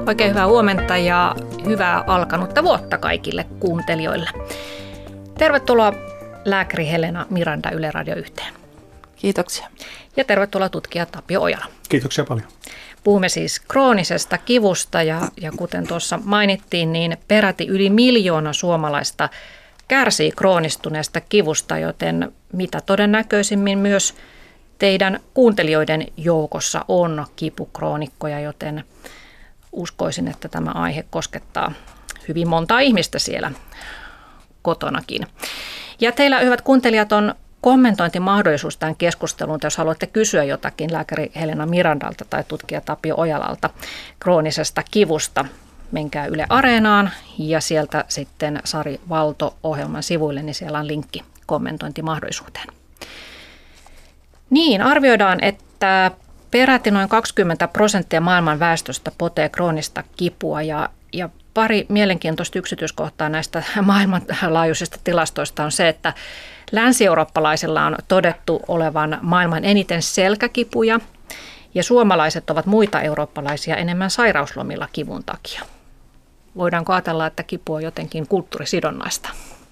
Oikein hyvää huomenta ja hyvää alkanutta vuotta kaikille kuuntelijoille. Tervetuloa lääkäri Helena Miranda Yle Radio 1. Kiitoksia. Ja tervetuloa tutkija Tapio Ojala. Kiitoksia paljon. Puhumme siis kroonisesta kivusta ja kuten tuossa mainittiin, niin peräti yli 1 miljoona suomalaista kärsii kroonistuneesta kivusta, joten mitä todennäköisimmin myös teidän kuuntelijoiden joukossa on kipukroonikkoja, joten uskoisin, että tämä aihe koskettaa hyvin montaa ihmistä siellä kotonakin. Ja teillä, hyvät kuuntelijat, on kommentointimahdollisuus tämän keskusteluun, jos haluatte kysyä jotakin lääkäri Helena Mirandalta tai tutkija Tapio Ojalalta kroonisesta kivusta. Menkää Yle Areenaan ja sieltä sitten Sari Valto-ohjelman sivuille, niin siellä on linkki kommentointimahdollisuuteen. Niin, arvioidaan, että peräti noin 20% maailman väestöstä potee kroonista kipua ja pari mielenkiintoista yksityiskohtaa näistä maailmanlaajuisista tilastoista on se, että länsi-eurooppalaisilla on todettu olevan maailman eniten selkäkipuja ja suomalaiset ovat muita eurooppalaisia enemmän sairauslomilla kivun takia. Voidaanko ajatella, että kipu on jotenkin kulttuurisidonnaista?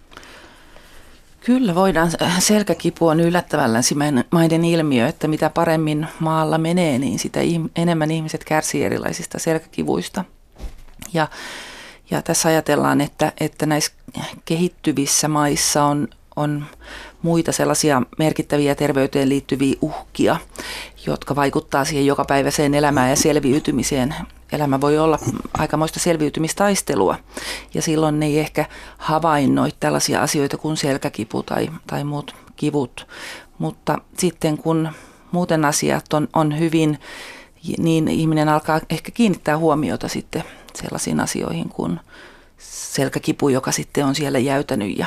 Kyllä voidaan. Selkäkipu on yllättävän länsimaiden ilmiö, että mitä paremmin maalla menee, niin sitä enemmän ihmiset kärsii erilaisista selkäkivuista. Ja tässä ajatellaan, että näissä kehittyvissä maissa on muita sellaisia merkittäviä terveyteen liittyviä uhkia, jotka vaikuttaa siihen jokapäiväiseen elämään ja selviytymiseen. Elämä voi olla aikamoista selviytymistaistelua ja silloin ne ei ehkä havainnoi tällaisia asioita kuin selkäkipu tai muut kivut. Mutta sitten kun muuten asiat on hyvin, niin ihminen alkaa ehkä kiinnittää huomiota sitten sellaisiin asioihin kuin selkäkipu, joka sitten on siellä jäytänyt.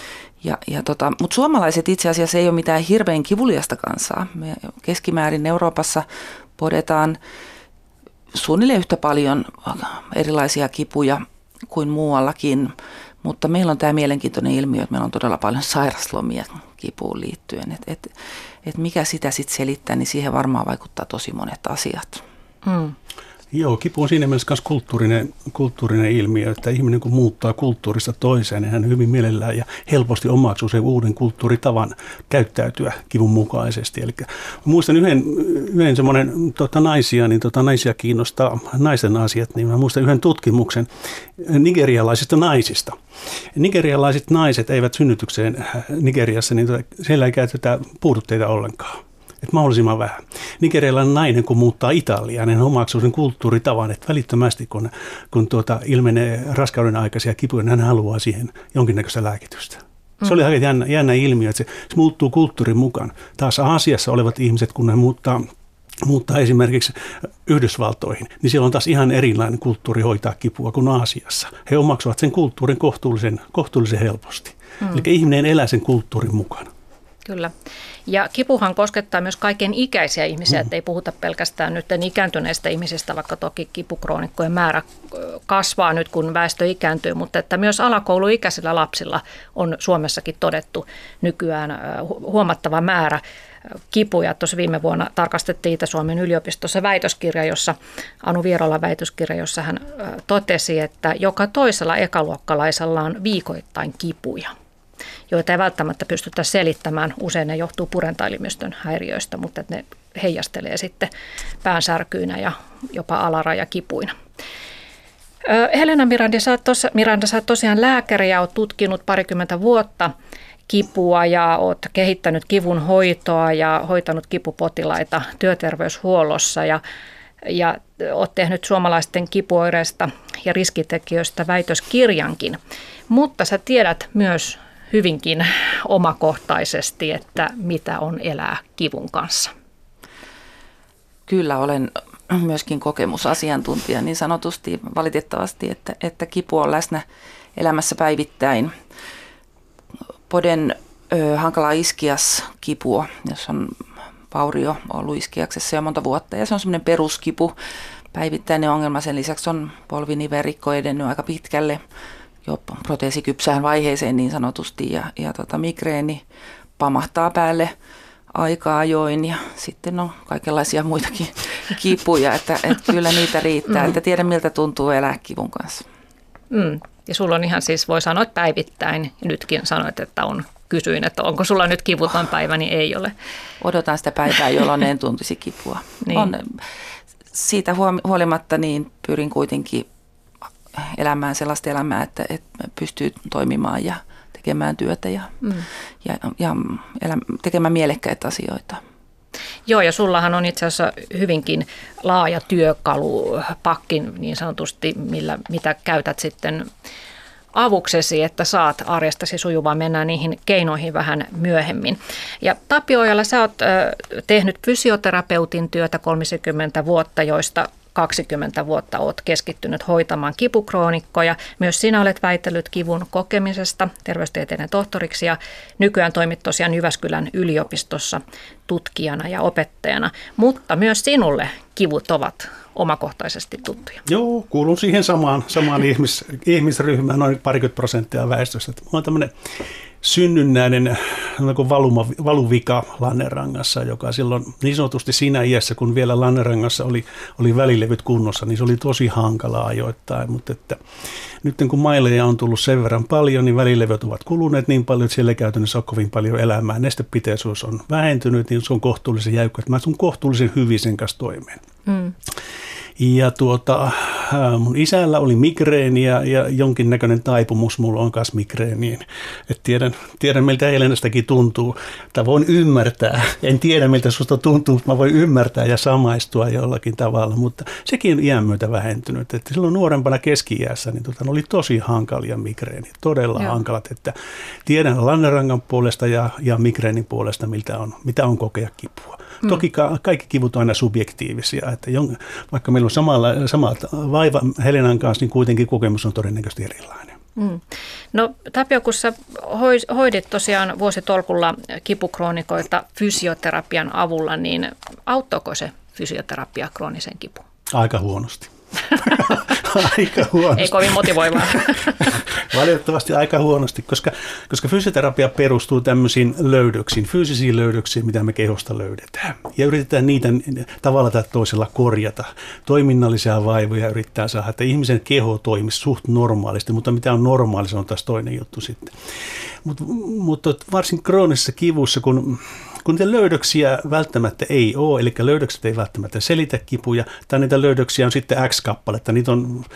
Mutta suomalaiset itse asiassa ei ole mitään hirveän kivuliasta kansaa. Me keskimäärin Euroopassa podetaan suunnilleen yhtä paljon erilaisia kipuja kuin muuallakin, mutta meillä on tämä mielenkiintoinen ilmiö, että meillä on todella paljon sairaslomia kipuun liittyen. Et mikä sitä sitten selittää, niin siihen varmaan vaikuttaa tosi monet asiat. Joo, kipu on siinä mielessä myös kulttuurinen ilmiö, että ihminen kun muuttaa kulttuurista toiseen, niin hän hyvin mielellään ja helposti omaksuu sen uuden kulttuuritavan käyttäytyä kivun mukaisesti. Eli muistan yhden semmoinen naisia, niin naisia kiinnostaa naisten asiat, niin mä muistan yhden tutkimuksen nigerialaisista naisista. Nigerialaiset naiset eivät synnytykseen Nigeriassa, niin siellä ei käytetä puudutteita ollenkaan. Että mahdollisimman vähän. Nigerialainen nainen, kun muuttaa Italiaan, hän omaksuu sen kulttuuritavan, että välittömästi kun ilmenee raskauden aikaisia kipuja, niin hän haluaa siihen jonkinnäköistä lääkitystä. Se oli aika jännä ilmiö, että se muuttuu kulttuurin mukaan. Taas Aasiassa olevat ihmiset, kun he muuttaa esimerkiksi Yhdysvaltoihin, niin siellä on taas ihan erilainen kulttuuri hoitaa kipua kuin Aasiassa. He omaksuvat sen kulttuurin kohtuullisen helposti. Eli ihminen elää sen kulttuurin mukana. Kyllä. Ja kipuhan koskettaa myös kaiken ikäisiä ihmisiä, ettei puhuta pelkästään nyt ikääntyneistä ihmisistä, vaikka toki kipukroonikkojen määrä kasvaa nyt, kun väestö ikääntyy, mutta että myös alakouluikäisillä lapsilla on Suomessakin todettu nykyään huomattava määrä kipuja. Tuossa viime vuonna tarkastettiin Itä-Suomen yliopistossa väitöskirja, Anu Vierolan väitöskirja, jossa hän totesi, että joka toisella ekaluokkalaisella on viikoittain kipuja, joita ei välttämättä pystytä selittämään. Usein ne johtuu purentaelimistön häiriöistä, mutta ne heijastelee sitten päänsärkyinä ja jopa alarajakipuina. Helena Miranda, sä oot tosiaan lääkäri ja oot tutkinut 20 vuotta kipua ja oot kehittänyt kivun hoitoa ja hoitanut kipupotilaita työterveyshuollossa ja oot tehnyt suomalaisten kipuoireista ja riskitekijöistä väitöskirjankin, mutta sä tiedät myös hyvinkin omakohtaisesti, että mitä on elää kivun kanssa. Kyllä olen myöskin kokemusasiantuntija niin sanotusti valitettavasti, että kipu on läsnä elämässä päivittäin. Poden hankala iskiaskipua, jos on vaurio ollut iskiaksessa jo monta vuotta ja se on semmoinen peruskipu, päivittäinen ongelma. Sen lisäksi on polvinivelrikko edennyt aika pitkälle jo proteesikypsään vaiheeseen niin sanotusti ja migreeni pamahtaa päälle aika ajoin ja sitten on kaikenlaisia muitakin kipuja, että kyllä niitä riittää, että tiedän miltä tuntuu elää kivun kanssa. Ja sulla on ihan siis, voi sanoa, että päivittäin, ja nytkin sanoit, että kysyin, että onko sulla nyt kivuton päivä, niin ei ole. Odotan sitä päivää, jolloin en tuntisi kipua. Niin. Siitä huolimatta niin pyrin kuitenkin elämään sellaista elämää, että pystyy toimimaan ja tekemään työtä ja tekemään mielekkäitä asioita. Joo, ja sullahan on itse asiassa hyvinkin laaja työkalupakki niin sanotusti, mitä käytät sitten avuksesi, että saat arjestasi sujuvaa. Mennään niihin keinoihin vähän myöhemmin. Ja Tapio Ojala, sä oot tehnyt fysioterapeutin työtä 30 vuotta, joista 20 vuotta olet keskittynyt hoitamaan kipukroonikkoja. Myös sinä olet väitellyt kivun kokemisesta terveystieteiden tohtoriksi ja nykyään toimit tosiaan Jyväskylän yliopistossa tutkijana ja opettajana. Mutta myös sinulle kivut ovat omakohtaisesti tuttuja. Joo, kuulun siihen samaan ihmisryhmään, noin 20% väestöstä. Mä oon tämmöinen synnynnäinen valuvika Lannenrangassa, joka silloin niin sanotusti siinä iässä, kun vielä Lannenrangassa oli välilevyt kunnossa, niin se oli tosi hankalaa ajoittain. Mutta että nyt kun maileja on tullut sen verran paljon, niin välilevyt ovat kuluneet niin paljon, että siellä ei käytännössä ole kovin paljon elämää. Nestepitoisuus on vähentynyt, niin se on kohtuullisen jäykkä. Mä sun kohtuullisen hyvin sen kanssa toimeen. Ja mun isällä oli migreeni ja jonkinnäköinen taipumus mulla on myös migreeniin. Et tiedän miltä Helenastakin tuntuu, tai voin ymmärtää. En tiedä miltä susta tuntuu, mutta mä voin ymmärtää ja samaistua jollakin tavalla, mutta sekin on iän myötä vähentynyt. Et silloin nuorempana keski-iässä niin oli tosi hankalia migreenit, todella hankalat. Että tiedän Lannenrangan puolesta ja migreenin puolesta, mitä on kokea kipua. Toki kaikki kivut on aina subjektiivisia, että vaikka meillä on samat vaiva Helenan kanssa, niin kuitenkin kokemus on todennäköisesti erilainen. No Tapio, kun sä hoidit tosiaan vuositolkulla kipukroonikoita fysioterapian avulla, niin auttoiko se fysioterapia krooniseen kipuun? Aika huonosti. Aika huonosti. Ei kovin motivoivaa. Valitettavasti aika huonosti, koska fysioterapia perustuu tämmöisiin löydöksiin, fyysisiin löydöksiin, mitä me kehosta löydetään. Ja yritetään niitä tavalla tai toisella korjata. Toiminnallisia vaivoja yrittää saada, että ihmisen keho toimisi suht normaalisti, mutta mitä on normaali, se on taas toinen juttu sitten. Mutta varsin kroonisessa kivussa, kun niitä löydöksiä välttämättä ei ole, eli löydökset ei välttämättä selitä kipuja, tai niitä löydöksiä on sitten X kappaletta, niitä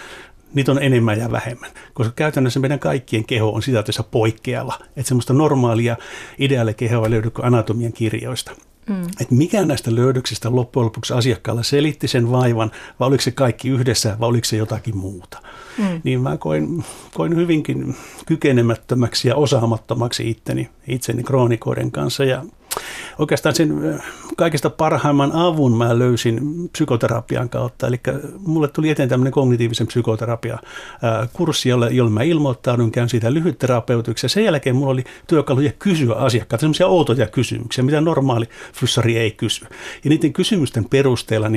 on enemmän ja vähemmän, koska käytännössä meidän kaikkien keho on sitä tässä poikkeava, että semmoista normaalia ideaalikehoa ei löydy kuin anatomian kirjoista. Että mikä näistä löydöksistä loppujen lopuksi asiakkaalla selitti sen vaivan, vai oliko se kaikki yhdessä, vai oliko se jotakin muuta. Niin mä koin hyvinkin kykenemättömäksi ja osaamattomaksi itseni kroonikoiden kanssa. Ja oikeastaan sen kaikista parhaimman avun mä löysin psykoterapian kautta. Eli mulle tuli eteen tämmöinen kognitiivisen psykoterapia-kurssi, jolle mä ilmoittaudun, käyn siitä lyhytterapeutiksi. Ja sen jälkeen mulla oli työkaluja kysyä asiakkailta, semmoisia outoja kysymyksiä, mitä normaali fyssari ei kysy. Ja niiden kysymysten perusteella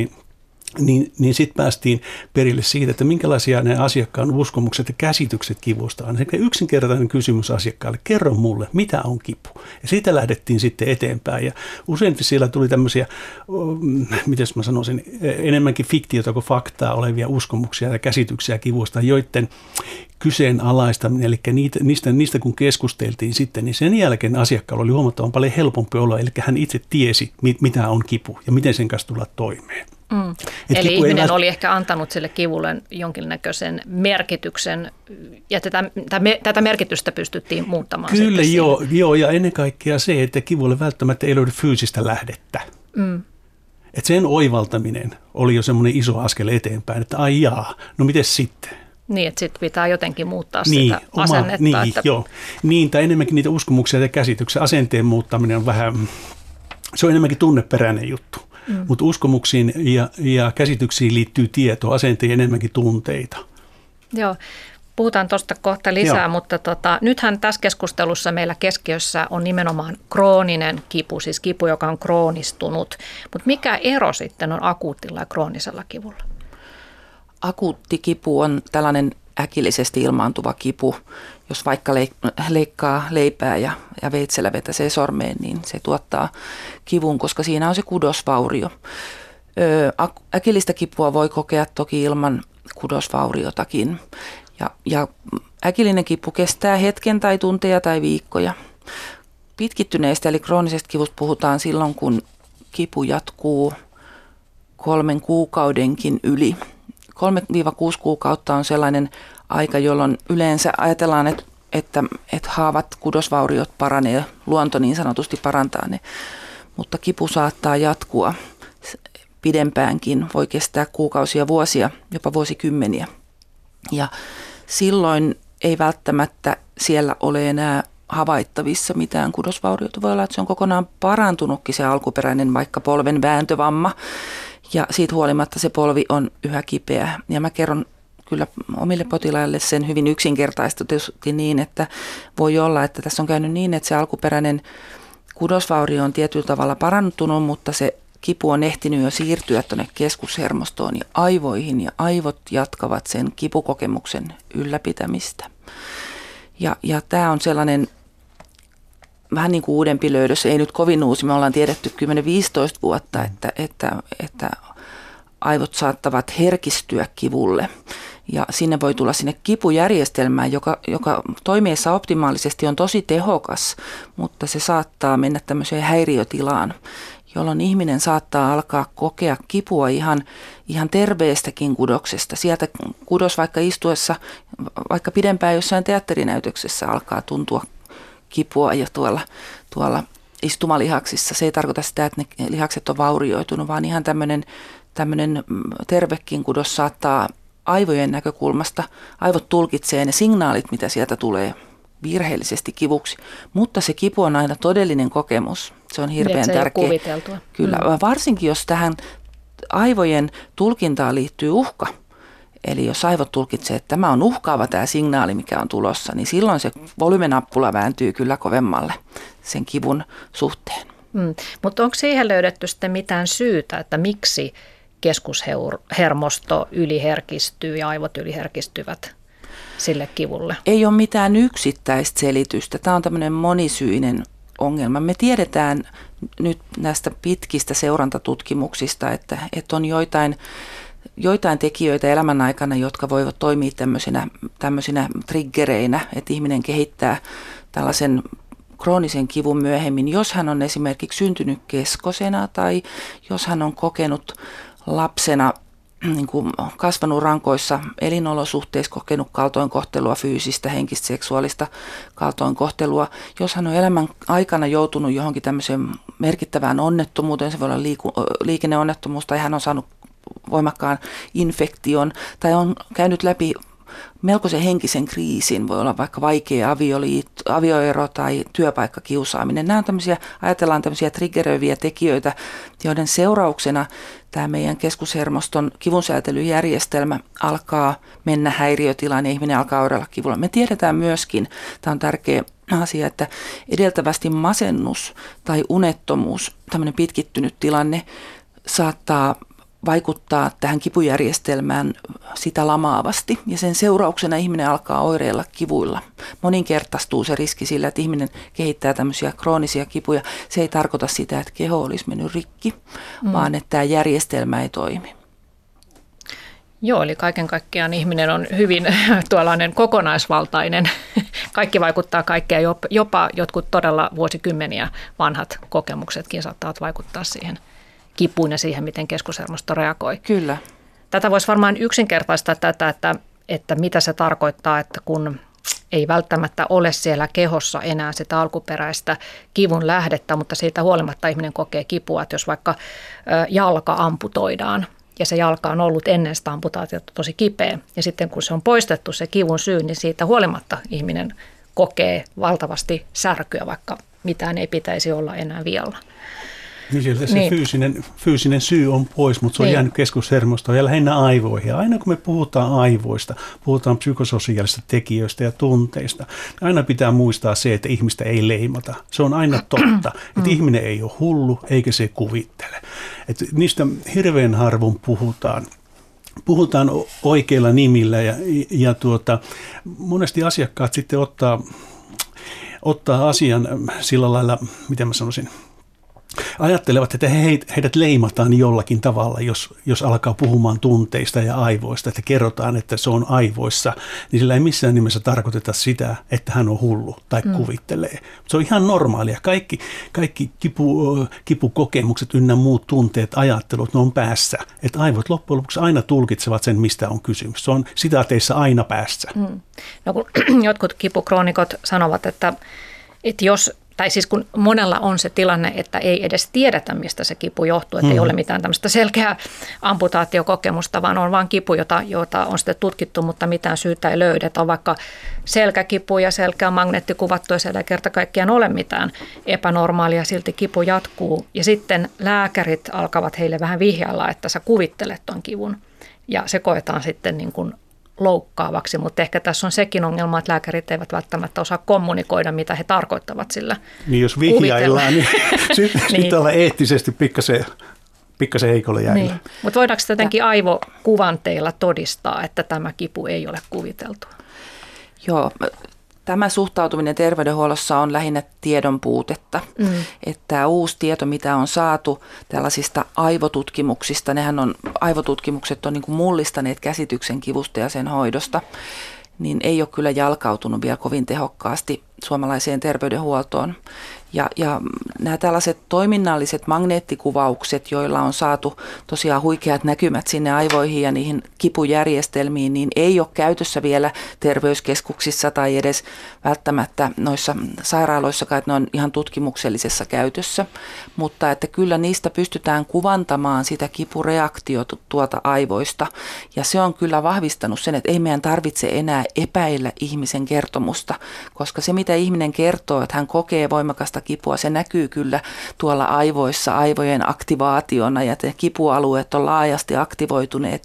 niin sitten päästiin perille siitä, että minkälaisia ne asiakkaan uskomukset ja käsitykset kivusta on. Se yksinkertainen kysymys asiakkaalle, kerro mulle, mitä on kipu. Ja siitä lähdettiin sitten eteenpäin. Ja usein siellä tuli tämmöisiä, miten mä sanoisin, enemmänkin fiktiota kuin faktaa olevia uskomuksia ja käsityksiä kivusta, joiden kyseenalaistaminen, eli niistä kun keskusteltiin sitten, niin sen jälkeen asiakkaalla oli huomattavan paljon helpompi olla, eli hän itse tiesi, mitä on kipu ja miten sen kanssa tulla toimeen. Eli ihminen oli ehkä antanut sille kivulle jonkinnäköisen merkityksen, ja tätä merkitystä pystyttiin muuttamaan. Kyllä, joo, ja ennen kaikkea se, että kivulle välttämättä ei löydy fyysistä lähdettä. Että sen oivaltaminen oli jo semmoinen iso askel eteenpäin, että ai jaa, no miten sitten? Niin, että sitten pitää jotenkin muuttaa sitä asennetta. Niin, tai enemmänkin niitä uskomuksia ja käsityksiä. Asenteen muuttaminen on vähän, se on enemmänkin tunneperäinen juttu. Mutta uskomuksiin ja käsityksiin liittyy tietoa, asenteen enemmänkin tunteita. Joo, puhutaan tuosta kohta lisää, mutta nythän tässä keskustelussa meillä keskiössä on nimenomaan krooninen kipu, siis kipu, joka on kroonistunut. Mutta mikä ero sitten on akuutilla ja kroonisella kivulla? Akuutti kipu on tällainen äkillisesti ilmaantuva kipu. Jos vaikka leikkaa leipää ja veitsellä vetäsee sormeen, niin se tuottaa kivun, koska siinä on se kudosvaurio. Äkillistä kipua voi kokea toki ilman kudosvauriotakin. Ja äkillinen kipu kestää hetken tai tunteja tai viikkoja. Pitkittyneestä eli kroonisesta kivusta puhutaan silloin, kun kipu jatkuu 3 kuukaudenkin yli. 3-6 kuukautta on sellainen aika, jolloin yleensä ajatellaan, että haavat, kudosvauriot paranee, luonto niin sanotusti parantaa ne, mutta kipu saattaa jatkua pidempäänkin, voi kestää kuukausia, vuosia, jopa vuosikymmeniä. Ja silloin ei välttämättä siellä ole enää havaittavissa mitään kudosvauriota. Voi olla, että se on kokonaan parantunutkin se alkuperäinen vaikka polven vääntövamma ja siitä huolimatta se polvi on yhä kipeä. Ja mä kerron kyllä omille potilaille sen hyvin yksinkertaistetusti niin, että voi olla, että tässä on käynyt niin, että se alkuperäinen kudosvaurio on tietyllä tavalla parantunut, mutta se kipu on ehtinyt jo siirtyä tuonne keskushermostoon ja aivoihin ja aivot jatkavat sen kipukokemuksen ylläpitämistä. Ja tämä on sellainen vähän niin kuin uudempi löydös, ei nyt kovin uusi, me ollaan tiedetty 10-15 vuotta, että aivot saattavat herkistyä kivulle. Ja sinne voi tulla sinne kipujärjestelmään, joka toimiessa optimaalisesti on tosi tehokas, mutta se saattaa mennä tämmöiseen häiriötilaan, jolloin ihminen saattaa alkaa kokea kipua ihan terveestäkin kudoksesta. Sieltä kudos vaikka istuessa, vaikka pidempään jossain teatterinäytöksessä alkaa tuntua kipua ja tuolla istumalihaksissa. Se ei tarkoita sitä, että ne lihakset on vaurioitunut, vaan ihan tämmöinen tervekin kudos saattaa aivojen näkökulmasta, aivot tulkitsee ne signaalit, mitä sieltä tulee virheellisesti kivuksi, mutta se kipu on aina todellinen kokemus. Se on hirveän tärkeä. Kuviteltua. Kyllä, varsinkin jos tähän aivojen tulkintaan liittyy uhka. Eli jos aivot tulkitsee, että tämä on uhkaava tämä signaali, mikä on tulossa, niin silloin se volyymenappula vääntyy kyllä kovemmalle sen kivun suhteen. Mutta onko siihen löydetty sitten mitään syytä, että miksi keskushermosto yliherkistyy ja aivot yliherkistyvät sille kivulle? Ei ole mitään yksittäistä selitystä. Tämä on tämmöinen monisyinen ongelma. Me tiedetään nyt näistä pitkistä seurantatutkimuksista, että on joitain tekijöitä elämän aikana, jotka voivat toimia tämmöisinä triggereinä, että ihminen kehittää tällaisen kroonisen kivun myöhemmin, jos hän on esimerkiksi syntynyt keskosena tai jos hän on kokenut lapsena niin kuin kasvanut rankoissa elinolosuhteissa, kokenut kaltoinkohtelua, fyysistä, henkistä, seksuaalista kaltoinkohtelua. Jos hän on elämän aikana joutunut johonkin tämmöiseen merkittävään onnettomuuteen, se voi olla liikenneonnettomuus tai hän on saanut voimakkaan infektion tai on käynyt läpi melkoisen henkisen kriisin, voi olla vaikka vaikea avioero tai työpaikkakiusaaminen. Nämä on ajatellaan tämmöisiä triggeröiviä tekijöitä, joiden seurauksena tämä meidän keskushermoston kivunsäätelyjärjestelmä alkaa mennä häiriötilaan ja ihminen alkaa oireilla kivulla. Me tiedetään myöskin, tämä on tärkeä asia, että edeltävästi masennus tai unettomuus, tämmöinen pitkittynyt tilanne, saattaa vaikuttaa tähän kipujärjestelmään sitä lamaavasti ja sen seurauksena ihminen alkaa oireilla kivuilla. Moninkertaistuu se riski sillä, että ihminen kehittää tämmöisiä kroonisia kipuja. Se ei tarkoita sitä, että keho olisi mennyt rikki, vaan että tämä järjestelmä ei toimi. Joo, eli kaiken kaikkiaan ihminen on hyvin tuollainen kokonaisvaltainen. Kaikki vaikuttaa kaikkeen, jopa jotkut todella vuosikymmeniä vanhat kokemuksetkin saattavat vaikuttaa siihen kipuun ja siihen, miten keskushermosto reagoi. Kyllä. Tätä voisi varmaan yksinkertaistaa että mitä se tarkoittaa, että kun ei välttämättä ole siellä kehossa enää sitä alkuperäistä kivun lähdettä, mutta siitä huolimatta ihminen kokee kipua, että jos vaikka jalka amputoidaan ja se jalka on ollut ennen sitä amputaatiota tosi kipeä ja sitten kun se on poistettu se kivun syy, niin siitä huolimatta ihminen kokee valtavasti särkyä, vaikka mitään ei pitäisi olla enää vialla. Niin sieltä se fyysinen syy on pois, mutta se on jäänyt keskushermostoon ja lähinnä aivoihin. Ja aina kun me puhutaan aivoista, puhutaan psykososiaalisista tekijöistä ja tunteista, niin aina pitää muistaa se, että ihmistä ei leimata. Se on aina totta, että ihminen ei ole hullu eikä se kuvittele. Että niistä hirveän harvoin puhutaan puhutaan oikeilla nimillä ja monesti asiakkaat sitten ottaa asian sillä lailla, miten mä sanoisin, ajattelevat, että heidät leimataan jollakin tavalla, jos alkaa puhumaan tunteista ja aivoista, että kerrotaan, että se on aivoissa, niin sillä ei missään nimessä tarkoiteta sitä, että hän on hullu tai kuvittelee. Se on ihan normaalia. Kaikki kipukokemukset ynnä muut tunteet, ajattelut, ne on päässä. Että aivot loppujen lopuksi aina tulkitsevat sen, mistä on kysymys. Se on sitaateissa aina päässä. No kun jotkut kipukroonikot sanovat, että jos tai siis kun monella on se tilanne, että ei edes tiedetä, mistä se kipu johtuu, että ei ole mitään tämmöistä selkeää amputaatiokokemusta, vaan on vain kipu, jota on sitten tutkittu, mutta mitään syytä ei löydetä. On vaikka selkäkipu ja selkä on magneettikuvattu ja siellä ei kerta kaikkiaan ole mitään epänormaalia, silti kipu jatkuu. Ja sitten lääkärit alkavat heille vähän vihjailla, että sä kuvittelet ton kivun ja se koetaan sitten niin kuin loukkaavaksi, mutta ehkä tässä on sekin ongelma, että lääkärit eivät välttämättä osaa kommunikoida, mitä he tarkoittavat sillä. Niin jos vihjaillaan, niin sitten ollaan eettisesti pikkasen heikolle jäillä. Niin. Mutta voidaanko jotenkin aivokuvanteilla todistaa, että tämä kipu ei ole kuviteltua? Joo, tämä suhtautuminen terveydenhuollossa on lähinnä tiedon puutetta. Että tämä uusi tieto, mitä on saatu tällaisista aivotutkimuksista, aivotutkimukset on niin kuin mullistaneet käsityksen kivusta ja sen hoidosta, niin ei ole kyllä jalkautunut vielä kovin tehokkaasti suomalaiseen terveydenhuoltoon. Ja nämä tällaiset toiminnalliset magneettikuvaukset, joilla on saatu tosiaan huikeat näkymät sinne aivoihin ja niihin kipujärjestelmiin, niin ei ole käytössä vielä terveyskeskuksissa tai edes välttämättä noissa sairaaloissakaan, että ne on ihan tutkimuksellisessa käytössä. Mutta että kyllä niistä pystytään kuvantamaan sitä kipureaktiota tuolta aivoista. Ja se on kyllä vahvistanut sen, että ei meidän tarvitse enää epäillä ihmisen kertomusta, koska se mitä ihminen kertoo, että hän kokee voimakasta kipua, se näkyy kyllä tuolla aivoissa aivojen aktivaationa ja te kipualueet on laajasti aktivoituneet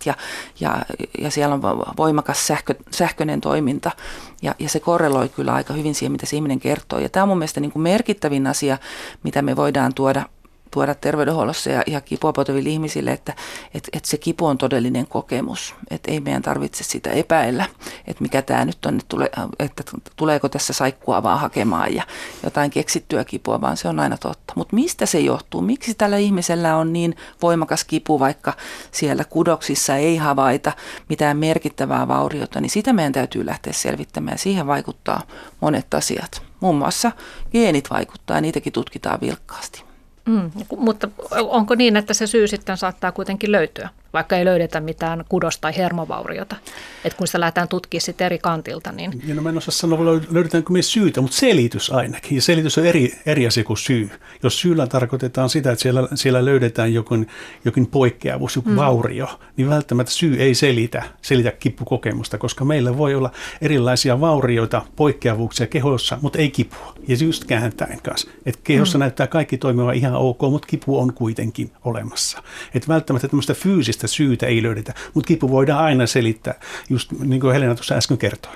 ja siellä on voimakas sähköinen toiminta ja se korreloi kyllä aika hyvin siihen, mitä se ihminen kertoo. Ja tämä on mun mielestä niin kuin merkittävin asia, mitä me voidaan tuoda terveydenhuollossa ja kipua poteville ihmisille, että se kipu on todellinen kokemus. Että ei meidän tarvitse sitä epäillä, että mikä tämä nyt on, että tuleeko tässä saikkua vaan hakemaan ja jotain keksittyä kipua, vaan se on aina totta. Mutta mistä se johtuu? Miksi tällä ihmisellä on niin voimakas kipu, vaikka siellä kudoksissa ei havaita mitään merkittävää vauriota, niin sitä meidän täytyy lähteä selvittämään ja siihen vaikuttaa monet asiat. Muun muassa geenit vaikuttaa ja niitäkin tutkitaan vilkkaasti. Mutta onko niin, että se syy sitten saattaa kuitenkin löytyä, vaikka ei löydetä mitään kudos- tai hermovauriota? Että kun sitä lähdetään tutkimaan sitten eri kantilta, niin... Ja no mä en osaa sanoa, löydetäänkö me syytä, mutta selitys ainakin. Ja selitys on eri asia kuin syy. Jos syyllä tarkoitetaan sitä, että siellä löydetään jokin poikkeavuus, joku vaurio, niin välttämättä syy ei selitä kipukokemusta, koska meillä voi olla erilaisia vaurioita, poikkeavuuksia kehossa, mutta ei kipua. Ja just kääntäen kanssa. Että kehossa näyttää kaikki toimiva ihan ok, mutta kipu on kuitenkin olemassa. Että välttämättä tämmöistä fyysistä syytä ei löydetä, mutta kipu voidaan aina selittää, just niin kuin Helena tuossa äsken kertoi.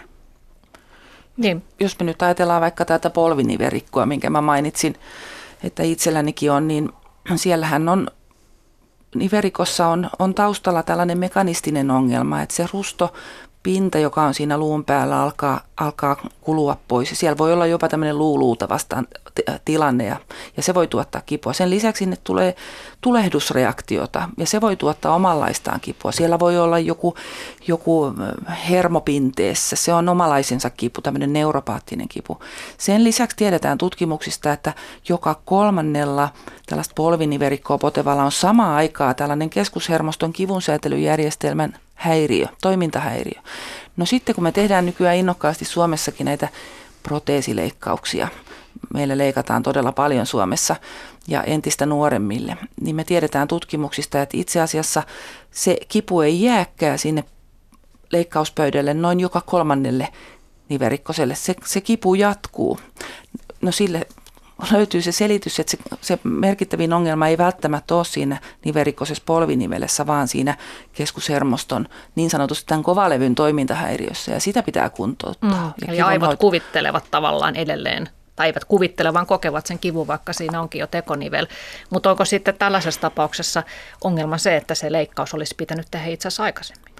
Niin. Jos me nyt ajatellaan vaikka tätä polviniverikkoa, minkä mä mainitsin, että itsellänikin on, niin siellähän on niverikossa on taustalla tällainen mekanistinen ongelma, että se rustopinta, joka on siinä luun päällä, alkaa kulua pois. Ja siellä voi olla jopa tämmöinen luuluuta vastaan tilanne ja se voi tuottaa kipua. Sen lisäksi sinne tulee tulehdusreaktiota ja se voi tuottaa omanlaistaan kipua. Siellä voi olla joku hermopinteessä, se on omalaisensa kipu, tämmöinen neuropaattinen kipu. Sen lisäksi tiedetään tutkimuksista, että joka 3. tällaista polviniverikkoa potevalla on samaan aikaa tällainen keskushermoston kivunsäätelyjärjestelmän häiriö, toimintahäiriö. No sitten kun me tehdään nykyään innokkaasti Suomessakin näitä proteesileikkauksia, meillä leikataan todella paljon Suomessa ja entistä nuoremmille, niin me tiedetään tutkimuksista, että itse asiassa se kipu ei jääkään sinne leikkauspöydälle noin joka 3. niverikkoselle. Se kipu jatkuu. No sille löytyy se selitys, että se merkittävin ongelma ei välttämättä ole siinä niverikkosessa polvinivelessä, vaan siinä keskushermoston niin sanotusti tämän kovalevyn toimintahäiriössä, ja sitä pitää kuntouttaa. Eli aivot kuvittelevat tavallaan edelleen, tai eivät kuvittele, vaan kokevat sen kivun, vaikka siinä onkin jo tekonivel. Mutta onko sitten tällaisessa tapauksessa ongelma se, että se leikkaus olisi pitänyt tehdä itse asiassa aikaisemmin?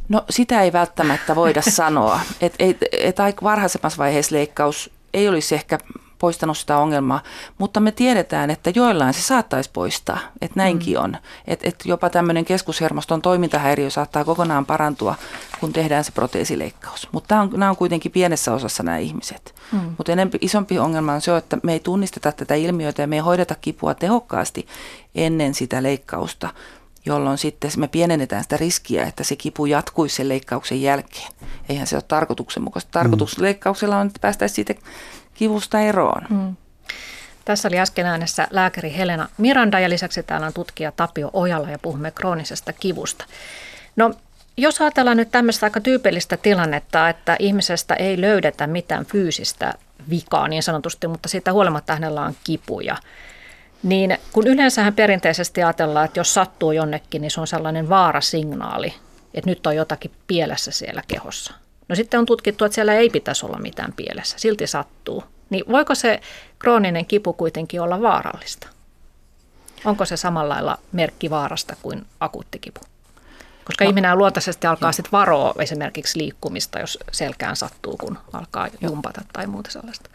No sitä ei välttämättä voida sanoa, että aika varhaisemmassa vaiheessa leikkaus ei olisi ehkä poistanut sitä ongelmaa, mutta me tiedetään, että joillain se saattaisi poistaa, että näinkin on. Että jopa tämmöinen keskushermoston toimintahäiriö saattaa kokonaan parantua, kun tehdään se proteesileikkaus. Mutta nämä on kuitenkin pienessä osassa nämä ihmiset. Mutta isompi ongelma on se, että me ei tunnisteta tätä ilmiötä ja me ei hoideta kipua tehokkaasti ennen sitä leikkausta, jolloin sitten me pienennetään sitä riskiä, että se kipu jatkuisi sen leikkauksen jälkeen. Eihän se ole tarkoituksenmukaista. Tarkoitus leikkauksella on, että päästäisiin siitä kivusta eroon. Tässä oli äsken äänessä lääkäri Helena Miranda ja lisäksi täällä on tutkija Tapio Ojala ja puhumme kroonisesta kivusta. No, jos ajatellaan nyt tämmöistä aika tyypillistä tilannetta, että ihmisestä ei löydetä mitään fyysistä vikaa niin sanotusti, mutta siitä huolimatta hänellä on kipuja, niin kun yleensähän perinteisesti ajatellaan, että jos sattuu jonnekin, niin se on sellainen vaarasignaali, että nyt on jotakin pielessä siellä kehossa. No sitten on tutkittu, että siellä ei pitäisi olla mitään pielessä, silti sattuu. Niin voiko se krooninen kipu kuitenkin olla vaarallista? Onko se samalla lailla merkki vaarasta kuin akuutti kipu? Koska ihminen luontaisesti alkaa sitten varoa esimerkiksi liikkumista, jos selkään sattuu, kun alkaa jumpata tai muuta sellaista.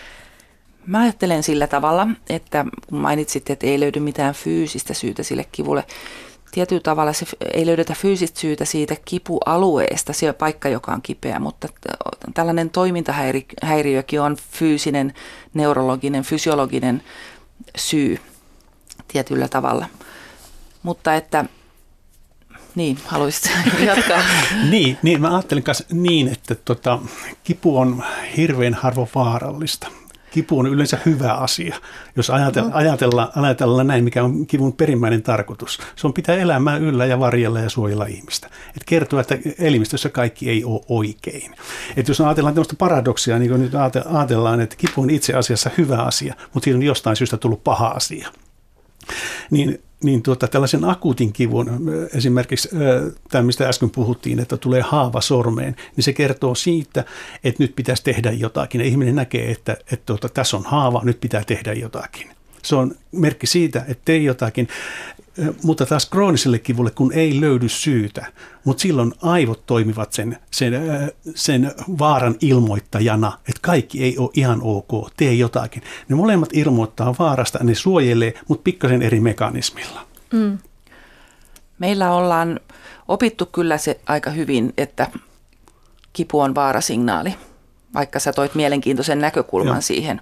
Mä ajattelen sillä tavalla, että kun mainitsit, että ei löydy mitään fyysistä syytä sille kivulle, tietyllä tavalla se ei löydetä fyysistä syytä siitä kipualueesta, se paikka, joka on kipeä, mutta tällainen toimintahäiriökin on fyysinen, neurologinen, fysiologinen syy tietyllä tavalla. Mutta että, niin, haluaisit jatkaa? niin, mä ajattelin kanssa niin, että kipu on hirveän harvoin vaarallista. Kipu on yleensä hyvä asia, jos ajatellaan näin, mikä on kivun perimmäinen tarkoitus. Se on pitää elämää yllä ja varjella ja suojella ihmistä. Et kertoa, että elimistössä kaikki ei ole oikein. Et jos ajatellaan tämmöistä paradoksia, niin kuin nyt ajatellaan, että kipu on itse asiassa hyvä asia, mutta siitä on jostain syystä tullut paha asia. Niin tällaisen akuutin kivun, esimerkiksi tämä, mistä äsken puhuttiin, että tulee haava sormeen, niin se kertoo siitä, että nyt pitäisi tehdä jotakin. Ja ihminen näkee, että tässä on haava, nyt pitää tehdä jotakin. Se on merkki siitä, että tee jotakin, mutta taas krooniselle kivulle, kun ei löydy syytä, mutta silloin aivot toimivat sen vaaran ilmoittajana, että kaikki ei ole ihan ok, tee jotakin. Ne molemmat ilmoittaa vaarasta, ne suojelee, mutta pikkasen eri mekanismilla. Meillä ollaan opittu kyllä se aika hyvin, että kipu on vaarasignaali, vaikka sä toit mielenkiintoisen näkökulman siihen.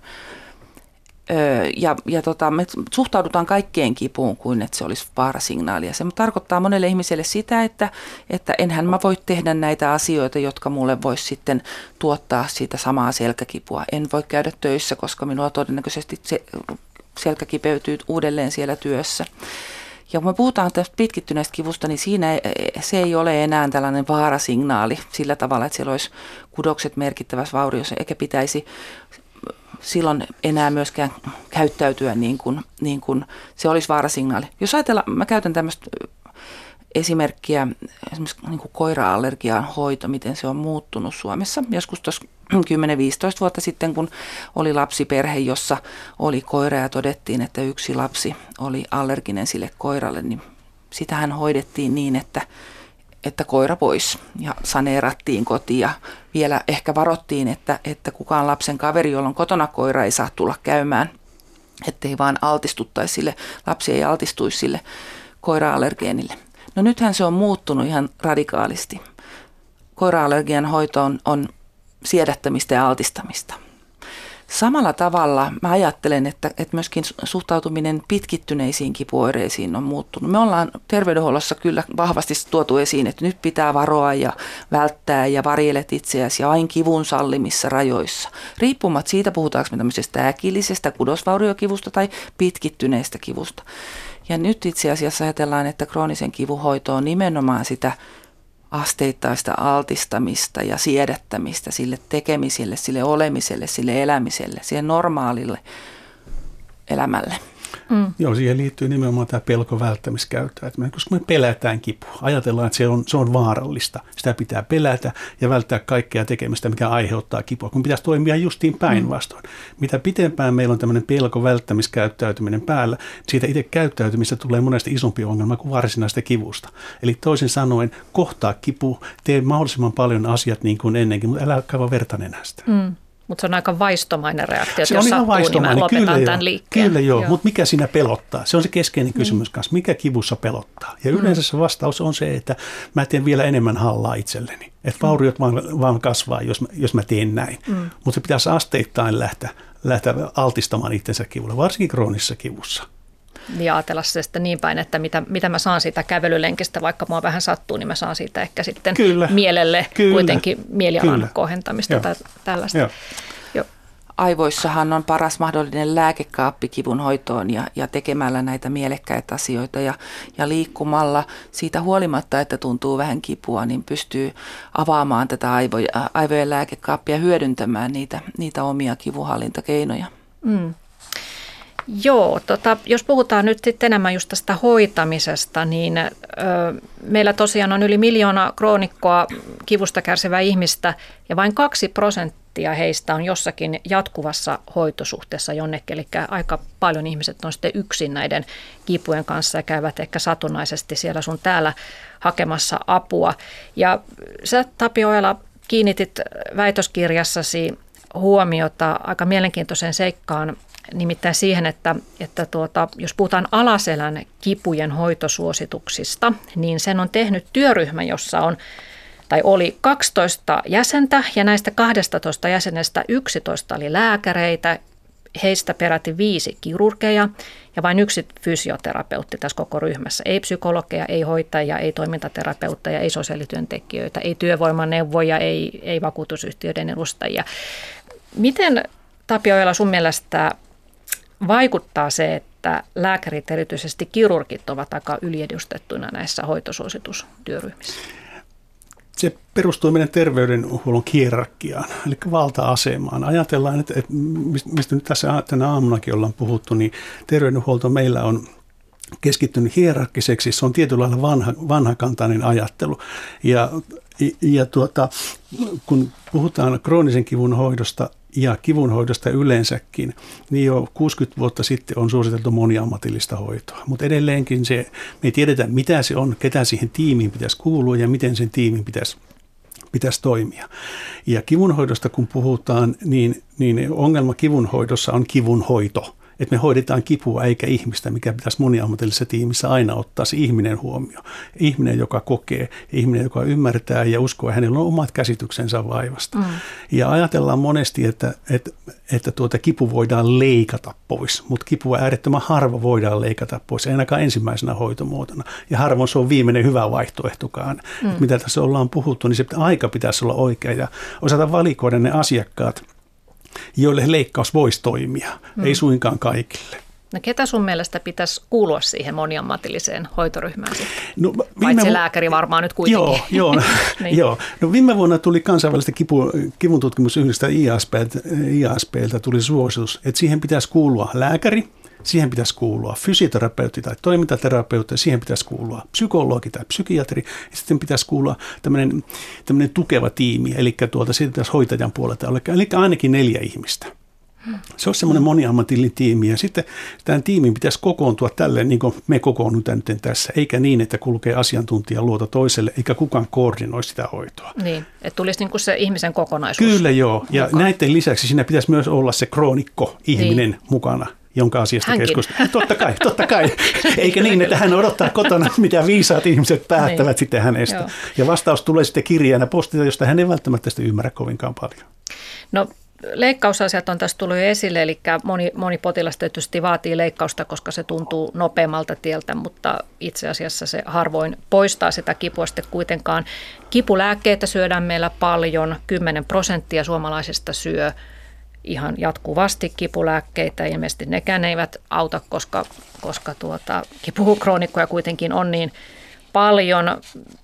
Me suhtaudutaan kaikkeen kipuun kuin että se olisi vaarasignaali. Ja se tarkoittaa monelle ihmiselle sitä, että enhän mä voi tehdä näitä asioita, jotka mulle voisi sitten tuottaa sitä samaa selkäkipua. En voi käydä töissä, koska minulla todennäköisesti se selkä kipeytyy uudelleen siellä työssä. Ja kun me puhutaan tästä pitkittyneestä kivusta, niin siinä se ei ole enää tällainen vaarasignaali sillä tavalla, että siellä olisi kudokset merkittävässä vauriossa, eikä pitäisi silloin enää myöskään käyttäytyä niin kuin se olisi vaarasignaali. Jos ajatellaan, mä käytän tämmöistä esimerkkiä, esimerkiksi niin kuin koira-allergian hoito, miten se on muuttunut Suomessa. Joskus tuossa 10-15 vuotta sitten, kun oli lapsiperhe, jossa oli koira ja todettiin, että yksi lapsi oli allerginen sille koiralle, niin sitähän hoidettiin niin, että koira pois ja saneerattiin kotiin ja vielä ehkä varottiin, että kukaan lapsen kaveri, jolla on kotona koira, ei saa tulla käymään, ettei vaan altistuttaisi sille, lapsi ei altistuisi sille koira-allergeenille. No nythän se on muuttunut ihan radikaalisti. Koira-allergian hoito on siedättämistä ja altistamista. Samalla tavalla mä ajattelen, että myöskin suhtautuminen pitkittyneisiin kipuoireisiin on muuttunut. Me ollaan terveydenhuollossa kyllä vahvasti tuotu esiin, että nyt pitää varoa ja välttää ja varjelet itseäsi ja vain kivun sallimissa rajoissa. Riippumatta siitä, puhutaanko me tämmöisestä äkillisestä kudosvauriokivusta tai pitkittyneestä kivusta. Ja nyt itse asiassa ajatellaan, että kroonisen kivun hoito on nimenomaan sitä asteittaista altistamista ja siedättämistä sille tekemiselle, sille olemiselle, sille elämiselle, siihen normaalille elämälle. Joo, siihen liittyy nimenomaan tämä pelko välttämiskäyttäytyminen, koska me pelätään kipua. Ajatellaan, että se on vaarallista. Sitä pitää pelätä ja välttää kaikkea tekemistä, mikä aiheuttaa kipua, kun pitäisi toimia justiin päinvastoin. Mitä pitempään meillä on tämmöinen pelko välttämiskäyttäytyminen päällä, siitä itse käyttäytymistä tulee monesti isompi ongelma kuin varsinaista kivusta. Eli toisin sanoen, kohtaa kipu, tee mahdollisimman paljon asiat niin kuin ennenkin, mutta älä kaiva verta nenästä. Mutta se on aika vaistomainen reaktio, se että jos sattuu, vaistomainen. niin mä lopetan tämän liikkeen. Kyllä joo, mutta mikä siinä pelottaa? Se on se keskeinen kysymys kanssa. Mikä kivussa pelottaa? Ja yleensä se vastaus on se, että mä teen vielä enemmän hallaa itselleni. Että vauriot vaan kasvaa, jos mä teen näin. Mutta se pitäisi asteittain lähteä altistamaan itsensä kivulle, varsinkin kroonisessa kivussa. Ja ajatella se sitten niin päin, että mitä mä saan siitä kävelylenkistä, vaikka mua vähän sattuu, niin mä saan siitä ehkä sitten mielelle kuitenkin mielialan kohentamista tai tällaista. Aivoissahan on paras mahdollinen lääkekaappi kivun hoitoon ja tekemällä näitä mielekkäitä asioita ja liikkumalla siitä huolimatta, että tuntuu vähän kipua, niin pystyy avaamaan tätä aivojen lääkekaappia hyödyntämään niitä omia kivunhallintakeinoja. Joo, jos puhutaan nyt sitten enemmän just tästä hoitamisesta, niin meillä tosiaan on yli 1 miljoona kroonikkoa kivusta kärsivää ihmistä ja vain 2% heistä on jossakin jatkuvassa hoitosuhteessa jonnekin. Eli aika paljon ihmiset on sitten yksin näiden kipujen kanssa ja käyvät ehkä satunnaisesti siellä sun täällä hakemassa apua. Ja sä, Tapio Ojala, kiinnitit väitöskirjassasi huomiota aika mielenkiintoiseen seikkaan, nimittäin siihen, että jos puhutaan alaselän kipujen hoitosuosituksista, niin sen on tehnyt työryhmä, jossa oli 12 jäsentä ja näistä 12 jäsenestä 11 oli lääkäreitä, heistä peräti 5 kirurgeja ja vain 1 fysioterapeutti tässä koko ryhmässä. Ei psykologeja, ei hoitajia, ei toimintaterapeutteja, ei sosiaalityöntekijöitä, ei työvoimaneuvoja, ei vakuutusyhtiöiden edustajia. Miten, Tapio Ojala, sun mielestä vaikuttaa se, että lääkärit, erityisesti kirurgit, ovat aika yliedustettuina näissä hoitosuositustyöryhmissä? Se perustuu meidän terveydenhuollon hierarkiaan, eli valta-asemaan. Ajatellaan, että mistä nyt tässä tänä aamunakin ollaan puhuttu, niin terveydenhuolto meillä on keskittynyt hierarkkiseksi. Se on tietyllä lailla vanhakantainen ajattelu. Ja kun puhutaan kroonisen kivun hoidosta ja kivunhoidosta yleensäkin, niin jo 60 vuotta sitten on suositeltu moniammatillista hoitoa. Mutta edelleenkin me ei tiedetä, mitä se on, ketä siihen tiimiin pitäisi kuulua ja miten sen tiimin pitäisi toimia. Ja kivunhoidosta kun puhutaan, niin ongelma kivunhoidossa on kivunhoito. Että me hoidetaan kipua eikä ihmistä, mikä pitäisi moniammatillisessa tiimissä aina ottaa se ihminen huomioon. Ihminen, joka kokee, ihminen, joka ymmärtää ja uskoo, hänellä on omat käsityksensä vaivasta. Ja ajatellaan monesti, että kipu voidaan leikata pois, mutta kipua äärettömän harva voidaan leikata pois, ei ainakaan ensimmäisenä hoitomuotona. Ja harvoin se on viimeinen hyvä vaihtoehtokaan. Mitä tässä ollaan puhuttu, niin se aika pitäisi olla oikea ja osata valikoida ne asiakkaat, joille leikkaus voisi toimia, ei suinkaan kaikille. No ketä sun mielestä pitäisi kuulua siihen moniammatilliseen hoitoryhmään sitten? No, paitsi lääkäri varmaan nyt kuitenkin. Niin. Joo. No, viime vuonna tuli kansainvälistä kivun tutkimusyhdistyksestä IASP:ltä tuli suositus, että siihen pitäisi kuulua lääkäri, siihen pitäisi kuulua fysioterapeutti tai toimintaterapeutti, siihen pitäisi kuulua psykologi tai psykiatri, ja sitten pitäisi kuulua tämmöinen tukeva tiimi, eli siitä pitäisi hoitajan puolelta olla, eli ainakin 4 ihmistä. Se on semmoinen moniammatillinen tiimi, ja sitten tämän tiimin pitäisi kokoontua tälleen, niin kuin me kokoonnutaan nyt tässä, eikä niin, että kulkee asiantuntija luota toiselle, eikä kukaan koordinoi sitä hoitoa. Niin, että tulisi niin kuin se ihmisen kokonaisuus. Kyllä joo, ja näiden lisäksi siinä pitäisi myös olla se kroonikko ihminen mukana, jonka asiasta keskustellaan. Totta kai. Eikä niin, että hän odottaa kotona, mitä viisaat ihmiset päättävät sitten hänestä. Joo. Ja vastaus tulee sitten kirjeenä postita, josta hän ei välttämättä sitten ymmärrä kovinkaan paljon. No, leikkausasiat on tässä tullut jo esille, eli moni potilas tietysti vaatii leikkausta, koska se tuntuu nopeammalta tieltä, mutta itse asiassa se harvoin poistaa sitä kipua sitten kuitenkaan. Kipulääkkeitä syödään meillä paljon, 10% suomalaisista syö ihan jatkuvasti kipulääkkeitä. Ilmeisesti nekään eivät auta, koska kipukroonikoja kuitenkin on niin paljon.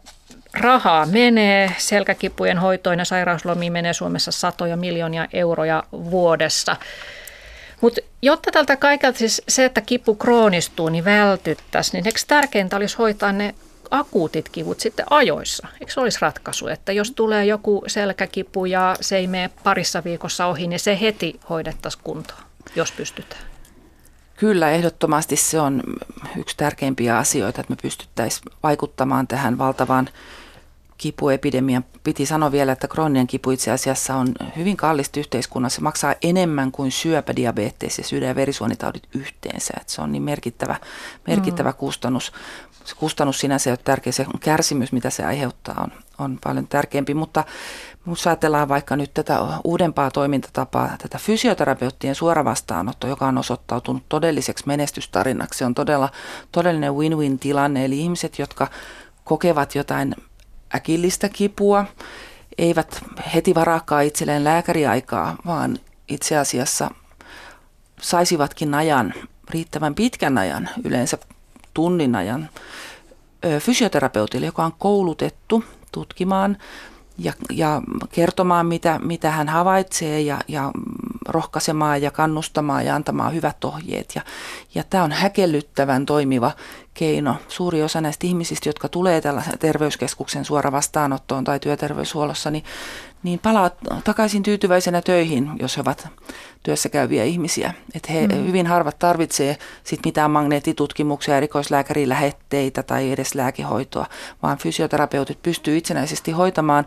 Rahaa menee, selkäkipujen hoitoon ja sairauslomiin menee Suomessa satoja miljoonia euroja vuodessa. Mutta jotta tältä kaikelta siis se, että kipu kroonistuu, niin vältyttäisiin, niin eikö tärkeintä olisi hoitaa ne akuutit kivut sitten ajoissa? Eikö se olisi ratkaisu, että jos tulee joku selkäkipu ja se ei mene parissa viikossa ohi, niin se heti hoidettaisiin kuntoon, jos pystytään? Kyllä, ehdottomasti se on yksi tärkeimpiä asioita, että me pystyttäisiin vaikuttamaan tähän valtavaan kipuepidemiaan. Piti sanoa vielä, että krooninen kipu itse asiassa on hyvin kallista yhteiskunnassa. Se maksaa enemmän kuin syöpä, diabetes ja sydän- ja verisuonitaudit yhteensä. Että se on niin merkittävä kustannus. Se kustannus sinänsä ei ole tärkeä, se kärsimys, mitä se aiheuttaa, on paljon tärkeämpi. Mutta jos ajatellaan vaikka nyt tätä uudempaa toimintatapaa, tätä fysioterapeuttien suoravastaanottoa, joka on osoittautunut todelliseksi menestystarinaksi. Se on todellinen win-win-tilanne, eli ihmiset, jotka kokevat jotain äkillistä kipua, eivät heti varaakaan itselleen lääkäriaikaa, vaan itse asiassa saisivatkin ajan, riittävän pitkän ajan, yleensä tunnin ajan, fysioterapeutille, joka on koulutettu tutkimaan ja kertomaan, mitä hän havaitsee ja rohkaisemaan ja kannustamaan ja antamaan hyvät ohjeet. Ja tämä on häkellyttävän toimiva keino. Suuri osa näistä ihmisistä, jotka tulee tällaisen terveyskeskuksen suora vastaanottoon tai työterveyshuollossa, niin palaa takaisin tyytyväisenä töihin, jos he ovat työssä käyviä ihmisiä. Että he hyvin harvat tarvitsee sit mitään magneettitutkimuksia, erikoislääkärin lähetteitä tai edes lääkehoitoa, vaan fysioterapeutit pystyvät itsenäisesti hoitamaan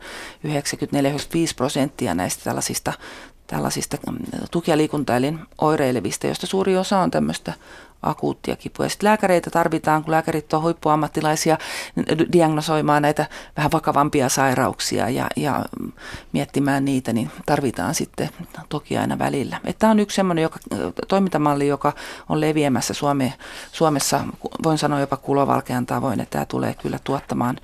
94-95% näistä tällaisista tuki- ja liikuntaelin oireilevistä, joista suuri osa on tämmöistä akuuttia kipua. Sitten lääkäreitä tarvitaan, kun lääkärit on huippuammattilaisia diagnosoimaan näitä vähän vakavampia sairauksia ja miettimään niitä, niin tarvitaan sitten toki aina välillä. Tämä on yksi semmoinen toimintamalli, joka on leviämässä Suomessa, voin sanoa jopa kulovalkean tavoin, että tämä tulee kyllä tuottamaan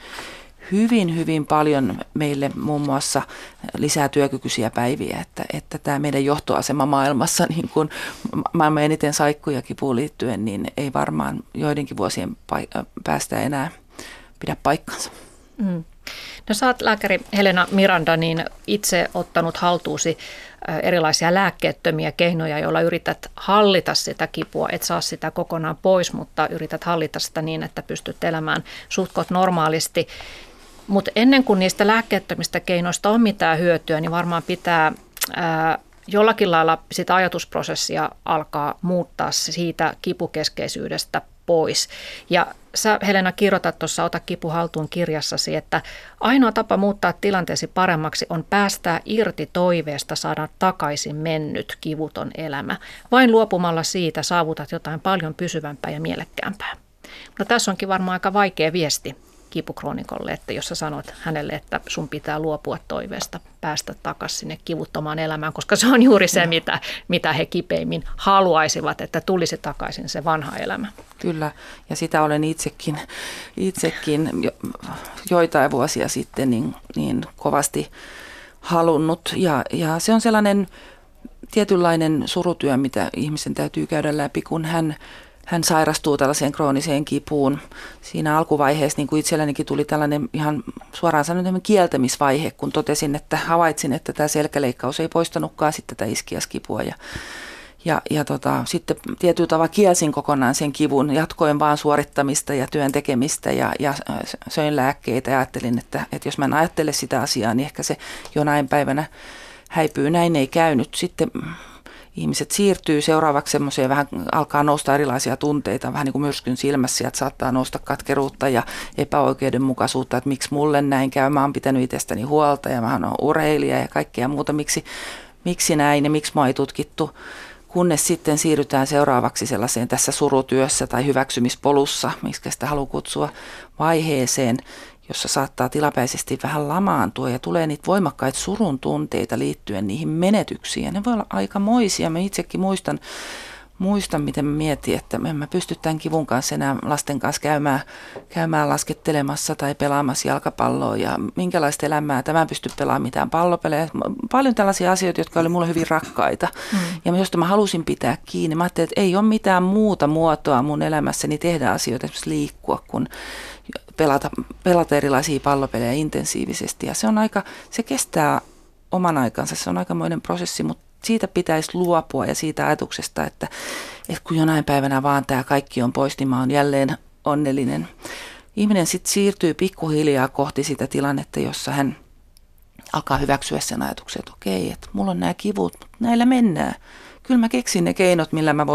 hyvin paljon meille muun muassa lisää työkykyisiä päiviä, että tämä meidän johtoasema maailmassa, niin kuin maailman eniten saikkuja kipuun liittyen, niin ei varmaan joidenkin vuosien päästä enää pidä paikkansa. No sä oot lääkäri Helena Miranda niin itse ottanut haltuusi erilaisia lääkkeettömiä keinoja, joilla yrität hallita sitä kipua, et saa sitä kokonaan pois, mutta yrität hallita sitä niin, että pystyt elämään suhtkot normaalisti. Mutta ennen kuin niistä lääkkeettömistä keinoista on mitään hyötyä, niin varmaan pitää jollakin lailla sitä ajatusprosessia alkaa muuttaa siitä kipukeskeisyydestä pois. Ja sä, Helena, kirjoitat tuossa Ota kipu haltuun -kirjassasi, että ainoa tapa muuttaa tilanteesi paremmaksi on päästää irti toiveesta saada takaisin mennyt kivuton elämä. Vain luopumalla siitä saavutat jotain paljon pysyvämpää ja mielekkäämpää. Mutta tässä onkin varmaan aika vaikea viesti kipukroonikolle, että jos sä sanot hänelle, että sun pitää luopua toiveesta päästä takaisin sinne kivuttomaan elämään, koska se on juuri se, mitä he kipeimmin haluaisivat, että tulisi takaisin se vanha elämä. Kyllä, ja sitä olen itsekin joitain vuosia sitten niin kovasti halunnut, ja se on sellainen tietynlainen surutyö, mitä ihmisen täytyy käydä läpi, kun hän sairastuu tällaiseen krooniseen kipuun. Siinä alkuvaiheessa niin kuin itsellänikin tuli tällainen ihan suoraan sanoen kieltämisvaihe, kun havaitsin, että tämä selkäleikkaus ei poistanutkaan sitten tätä iskiaskipua. Ja sitten tietyllä tavalla kielsin kokonaan sen kivun, jatkoin vaan suorittamista ja työn tekemistä ja söin lääkkeitä ja ajattelin, että jos mä en ajattele sitä asiaa, niin ehkä se jonain päivänä häipyy. Näin ei käynyt. Sitten ihmiset siirtyy seuraavaksi semmoiseen, vähän alkaa nousta erilaisia tunteita, vähän niin kuin myrskyn silmässä, sieltä saattaa nousta katkeruutta ja epäoikeudenmukaisuutta, että miksi mulle näin käy, mä oon pitänyt itsestäni huolta ja mä oon urheilija ja kaikkea muuta, miksi näin ja miksi mä ei tutkittu, kunnes sitten siirrytään seuraavaksi sellaiseen tässä surutyössä tai hyväksymispolussa, miksi sitä haluaa kutsua, vaiheeseen, jossa saattaa tilapäisesti vähän lamaantua ja tulee niitä voimakkaita surun tunteita liittyen niihin menetyksiin. Ja ne voi olla aikamoisia. Mä itsekin muistan, miten mä mietin, että en mä pysty tämän kivun kanssa enää lasten kanssa käymään laskettelemassa tai pelaamassa jalkapalloa ja minkälaista elämää. Tämä pysty pelaamaan mitään pallopelejä. Paljon tällaisia asioita, jotka oli mulle hyvin rakkaita. Ja josta mä halusin pitää kiinni. Mä ajattelin, että ei ole mitään muuta muotoa mun elämässäni tehdä asioita, esimerkiksi liikkua, kun pelata erilaisia pallopelejä intensiivisesti. Ja se kestää oman aikansa, se on aikamoinen prosessi, mutta siitä pitäisi luopua ja siitä ajatuksesta, että kun jonain päivänä vaan tämä kaikki on pois, niin mä oon jälleen onnellinen. Ihminen sitten siirtyy pikkuhiljaa kohti sitä tilannetta, jossa hän alkaa hyväksyä sen ajatuksen, että okei, että mulla on nämä kivut, mutta näillä mennään. Kyllä mä keksin ne keinot, millä mä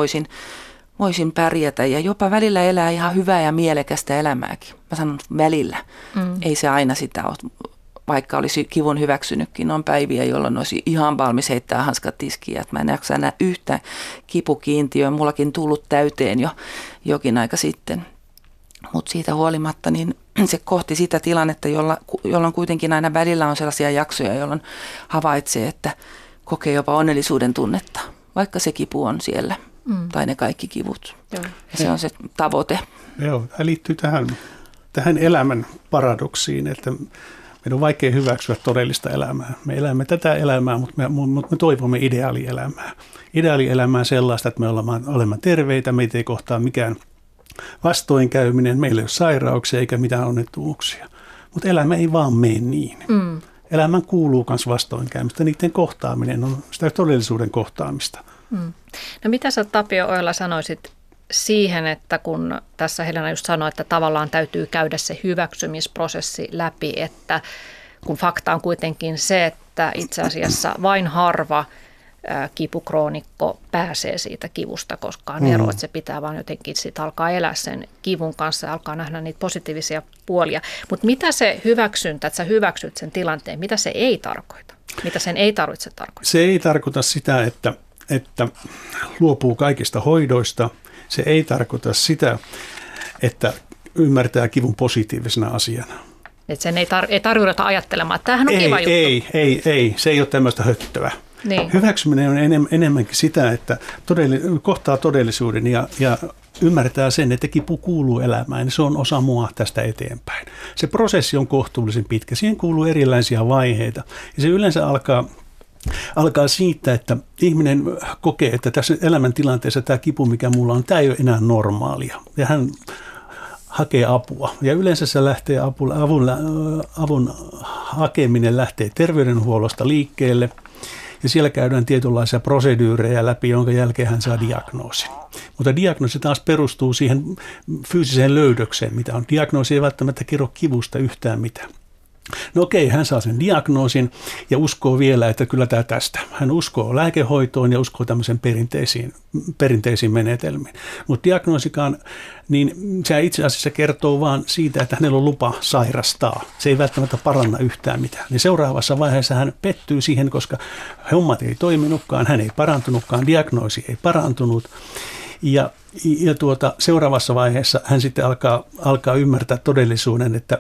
voisin pärjätä ja jopa välillä elää ihan hyvää ja mielekästä elämääkin. Mä sanon välillä. Ei se aina sitä ole, vaikka olisi kivun hyväksynytkin. On päiviä, jolloin olisi ihan valmis heittää hanskat tiskiin, että mä en jaksa enää yhtä kipukiintiöä. Mullakin tullut täyteen jo jokin aika sitten. Mutta siitä huolimatta niin se kohti sitä tilannetta, jolloin kuitenkin aina välillä on sellaisia jaksoja, jolloin havaitsee, että kokee jopa onnellisuuden tunnetta, vaikka se kipu on siellä tai ne kaikki kivut. Joo. Ja se on se tavoite. Joo, tämä liittyy tähän elämän paradoksiin, että meidän on vaikea hyväksyä todellista elämää. Me elämme tätä elämää, mutta me toivomme ideaalielämää. Ideaalielämää sellaista, että me olemme terveitä, meitä ei kohtaa mikään vastoinkäyminen, meillä ei ole sairauksia eikä mitään onnettomuuksia. Mutta elämä ei vaan mene niin. Elämän kuuluu myös vastoinkäymistä. Niiden kohtaaminen on sitä todellisuuden kohtaamista. No mitä sä, Tapio Oila, sanoisit siihen, että kun tässä Helena just sanoi, että tavallaan täytyy käydä se hyväksymisprosessi läpi, että kun fakta on kuitenkin se, että itse asiassa vain harva kipukroonikko pääsee siitä kivusta koskaan eroon, että se pitää vaan jotenkin sit alkaa elää sen kivun kanssa ja alkaa nähdä niitä positiivisia puolia. Mutta mitä se hyväksyntä, että sä hyväksyt sen tilanteen, mitä se ei tarkoita? Mitä sen ei tarvitse tarkoittaa? Se ei tarkoita sitä, että luopuu kaikista hoidoista. Se ei tarkoita sitä, että ymmärtää kivun positiivisena asiana. Että sen ei tarvitse ajattelemaan, että tämähän on kiva juttu. Ei. Se ei ole tämmöistä höttöä. Niin. Hyväksyminen on enemmänkin sitä, että kohtaa todellisuuden ja ymmärtää sen, että kipu kuuluu elämään. Se on osa mua tästä eteenpäin. Se prosessi on kohtuullisen pitkä. Siihen kuuluu erilaisia vaiheita. Ja se yleensä alkaa siitä, että ihminen kokee, että tässä elämäntilanteessa tämä kipu, mikä mulla on, tämä ei ole enää normaalia. Ja hän hakee apua. Ja yleensä se lähtee avun hakeminen lähtee terveydenhuollosta liikkeelle. Ja siellä käydään tietynlaisia proseduureja läpi, jonka jälkeen hän saa diagnoosin. Mutta diagnoosi taas perustuu siihen fyysiseen löydökseen, mitä on. Diagnoosi ei välttämättä kerro kivusta yhtään mitään. No okei, hän saa sen diagnoosin ja uskoo vielä, että kyllä tämä tästä. Hän uskoo lääkehoitoon ja uskoo tämmöisen perinteisiin menetelmiin. Mutta diagnoosikaan, niin se itse asiassa kertoo vaan siitä, että hänellä on lupa sairastaa. Se ei välttämättä paranna yhtään mitään. Niin seuraavassa vaiheessa hän pettyy siihen, koska hommat ei toiminutkaan, hän ei parantunutkaan, diagnoosi ei parantunut. Ja seuraavassa vaiheessa hän sitten alkaa ymmärtää todellisuuden, että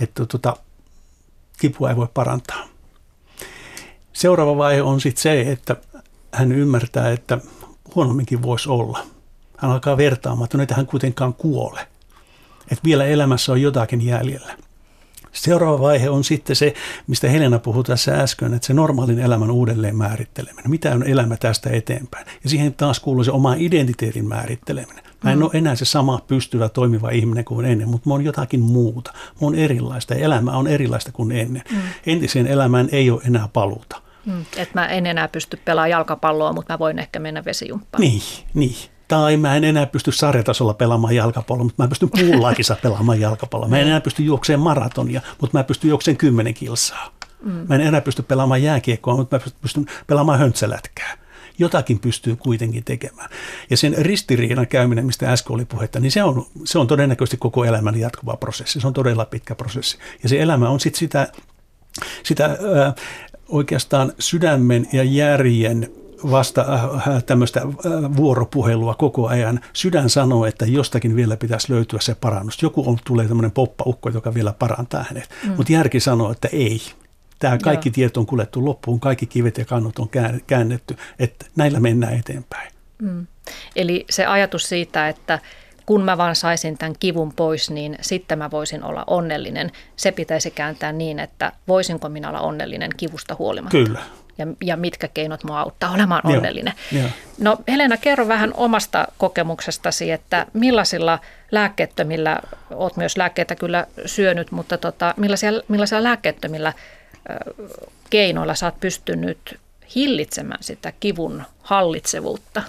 kipua ei voi parantaa. Seuraava vaihe on sitten se, että hän ymmärtää, että huonomminkin voisi olla. Hän alkaa vertaamaan, että nyt hän kuitenkaan kuole. Että vielä elämässä on jotakin jäljellä. Seuraava vaihe on sitten se, mistä Helena puhui tässä äsken, että se normaalin elämän uudelleen määritteleminen. Mitä on elämä tästä eteenpäin? Ja siihen taas kuuluu se oma identiteetin määritteleminen. Mä en ole enää se sama pystyvä toimiva ihminen kuin ennen, mutta mä oon jotakin muuta. Mä oon erilaista ja elämä on erilaista kuin ennen. Entiseen elämään ei ole enää paluuta. Että mä en enää pysty pelaamaan jalkapalloa, mutta mä voin ehkä mennä vesijumppaan. Niin. Tai mä en enää pysty sarjatasolla pelaamaan jalkapalloa, mutta mä pystyn puulaakissa pelaamaan jalkapalloa. Mä en enää pysty juokseen maratonia, mutta mä pystyn juokseen 10 kilsaa. Mä en enää pysty pelaamaan jääkiekkoa, mutta mä pystyn pelaamaan höntsälätkää. Jotakin pystyy kuitenkin tekemään. Ja sen ristiriidan käyminen, mistä äsken oli puhetta, niin se on todennäköisesti koko elämän jatkuva prosessi. Se on todella pitkä prosessi. Ja se elämä on sitten sitä oikeastaan sydämen ja järjen vasta tämmöistä vuoropuhelua koko ajan. Sydän sanoo, että jostakin vielä pitäisi löytyä se parannus. Tulee tämmöinen poppaukko, joka vielä parantaa hänet. Mutta järki sanoo, että ei. Tämä kaikki tieto on kuljettu loppuun, kaikki kivet ja kannot on käännetty, että näillä mennään eteenpäin. Eli se ajatus siitä, että kun mä vaan saisin tämän kivun pois, niin sitten mä voisin olla onnellinen. Se pitäisi kääntää niin, että voisinko minä olla onnellinen kivusta huolimatta. Kyllä. Ja mitkä keinot mua auttaa olemaan onnellinen. Joo. No Helena, kerro vähän omasta kokemuksestasi, että millaisilla lääkkeettömillä, olet myös lääkkeitä kyllä syönyt, mutta millaisilla lääkkeettömillä keinoilla sä oot pystynyt hillitsemään sitä kivun hallitsevuutta?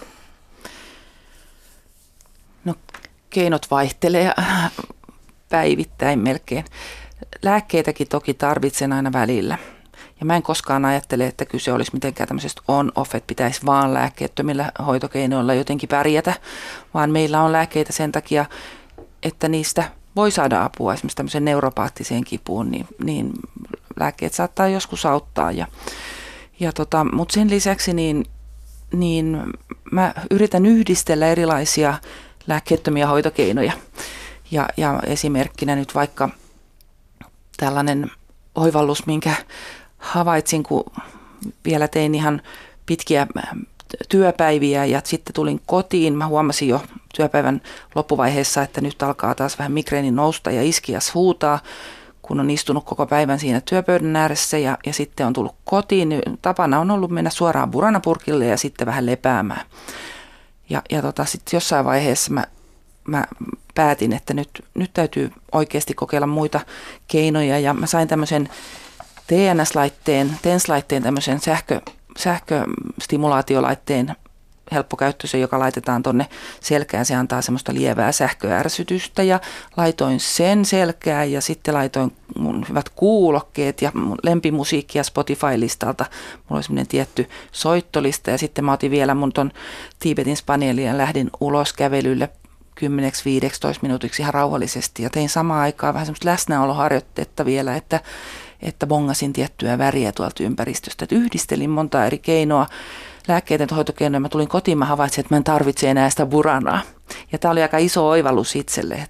No, keinot vaihtelee päivittäin melkein. Lääkkeitäkin toki tarvitsen aina välillä. Ja mä en koskaan ajattele, että kyse olisi mitenkään tämmöisestä on-off, että pitäisi vaan lääkkeettömillä hoitokeinoilla jotenkin pärjätä, vaan meillä on lääkkeitä sen takia, että niistä voi saada apua esimerkiksi tämmöiseen neuropaattiseen kipuun, niin lääkkeet saattaa joskus auttaa. Mutta sen lisäksi niin mä yritän yhdistellä erilaisia lääkkeettömiä hoitokeinoja. Ja esimerkkinä nyt vaikka tällainen oivallus, minkä havaitsin, kun vielä tein ihan pitkiä työpäiviä ja sitten tulin kotiin. Mä huomasin jo työpäivän loppuvaiheessa, että nyt alkaa taas vähän migreeni nousta ja iskias huutaa, kun on istunut koko päivän siinä työpöydän ääressä ja sitten on tullut kotiin. Tapana on ollut mennä suoraan buranapurkille ja sitten vähän lepäämään. Ja sitten jossain vaiheessa mä päätin, että nyt täytyy oikeasti kokeilla muita keinoja ja mä sain tämmöisen TENS-laitteen, tämmöisen sähköstimulaatiolaitteen helppokäyttöisen, joka laitetaan tonne selkään. Se antaa semmoista lievää sähköärsytystä ja laitoin sen selkään ja sitten laitoin mun hyvät kuulokkeet ja mun lempimusiikkia Spotify-listalta. Mulla oli semmoinen tietty soittolista ja sitten mä otin vielä mun ton Tiibetin spanielin ja lähdin ulos kävelylle 10-15 minuutiksi ihan rauhallisesti ja tein samaan aikaan vähän semmoista läsnäoloharjoitetta vielä, että bongasin tiettyä väriä tuolta ympäristöstä. Että yhdistelin monta eri keinoa, lääkkeiden hoitokeinoja. Mä tulin kotiin, mä havaitsin, että mä en tarvitse enää sitä buranaa. Ja tämä oli aika iso oivallus itselle,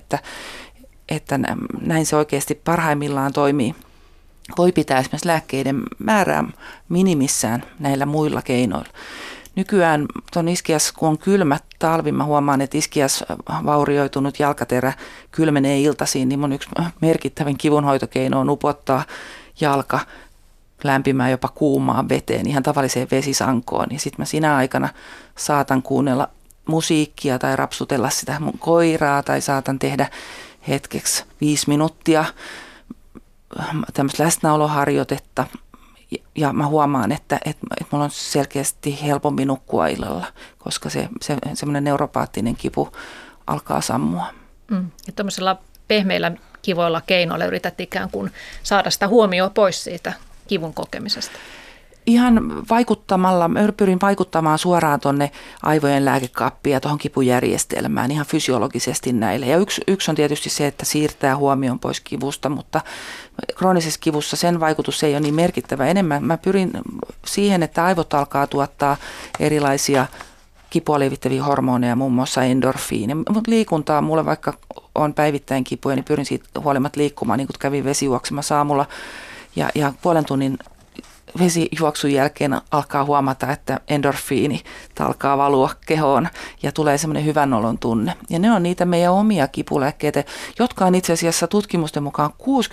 että näin se oikeasti parhaimmillaan toimii. Voi pitää esimerkiksi lääkkeiden määrää minimissään näillä muilla keinoilla. Nykyään tuon iskias, kun on kylmä talvi, mä huomaan, että iskias vaurioitunut jalkaterä kylmenee iltasiin, niin mun yksi merkittävin kivunhoitokeino on upottaa jalka lämpimään jopa kuumaan veteen, ihan tavalliseen vesisankoon. Ja sitten mä sinä aikana saatan kuunnella musiikkia tai rapsutella sitä mun koiraa tai saatan tehdä hetkeksi 5 minuuttia tämmöistä läsnäoloharjoitetta. Ja mä huomaan, että mulla on selkeästi helpompi nukkua illalla, koska se semmoinen neuropaattinen kipu alkaa sammua. Ja tämmöisellä pehmeillä kivoilla keinoilla yrität ikään kuin saada sitä huomioon pois siitä kivun kokemisesta. Ihan vaikuttamalla, pyrin vaikuttamaan suoraan tuonne aivojen lääkekaappiin ja tuohon kipujärjestelmään ihan fysiologisesti näille. Ja yksi on tietysti se, että siirtää huomion pois kivusta, mutta kroonisessa kivussa sen vaikutus ei ole niin merkittävä. Enemmän mä pyrin siihen, että aivot alkaa tuottaa erilaisia kipua lievittäviä hormoneja, muun muassa endorfiinia. Mutta liikuntaa mulle, vaikka on päivittäin kipuja, niin pyrin siitä huolimatta liikkumaan, niin kuin kävin vesijuoksemassa aamulla ja puolen tunnin vesijuoksun jälkeen alkaa huomata, että endorfiini alkaa valua kehoon ja tulee semmoinen hyvän olon tunne. Ja ne on niitä meidän omia kipulääkkeitä, jotka on itse asiassa tutkimusten mukaan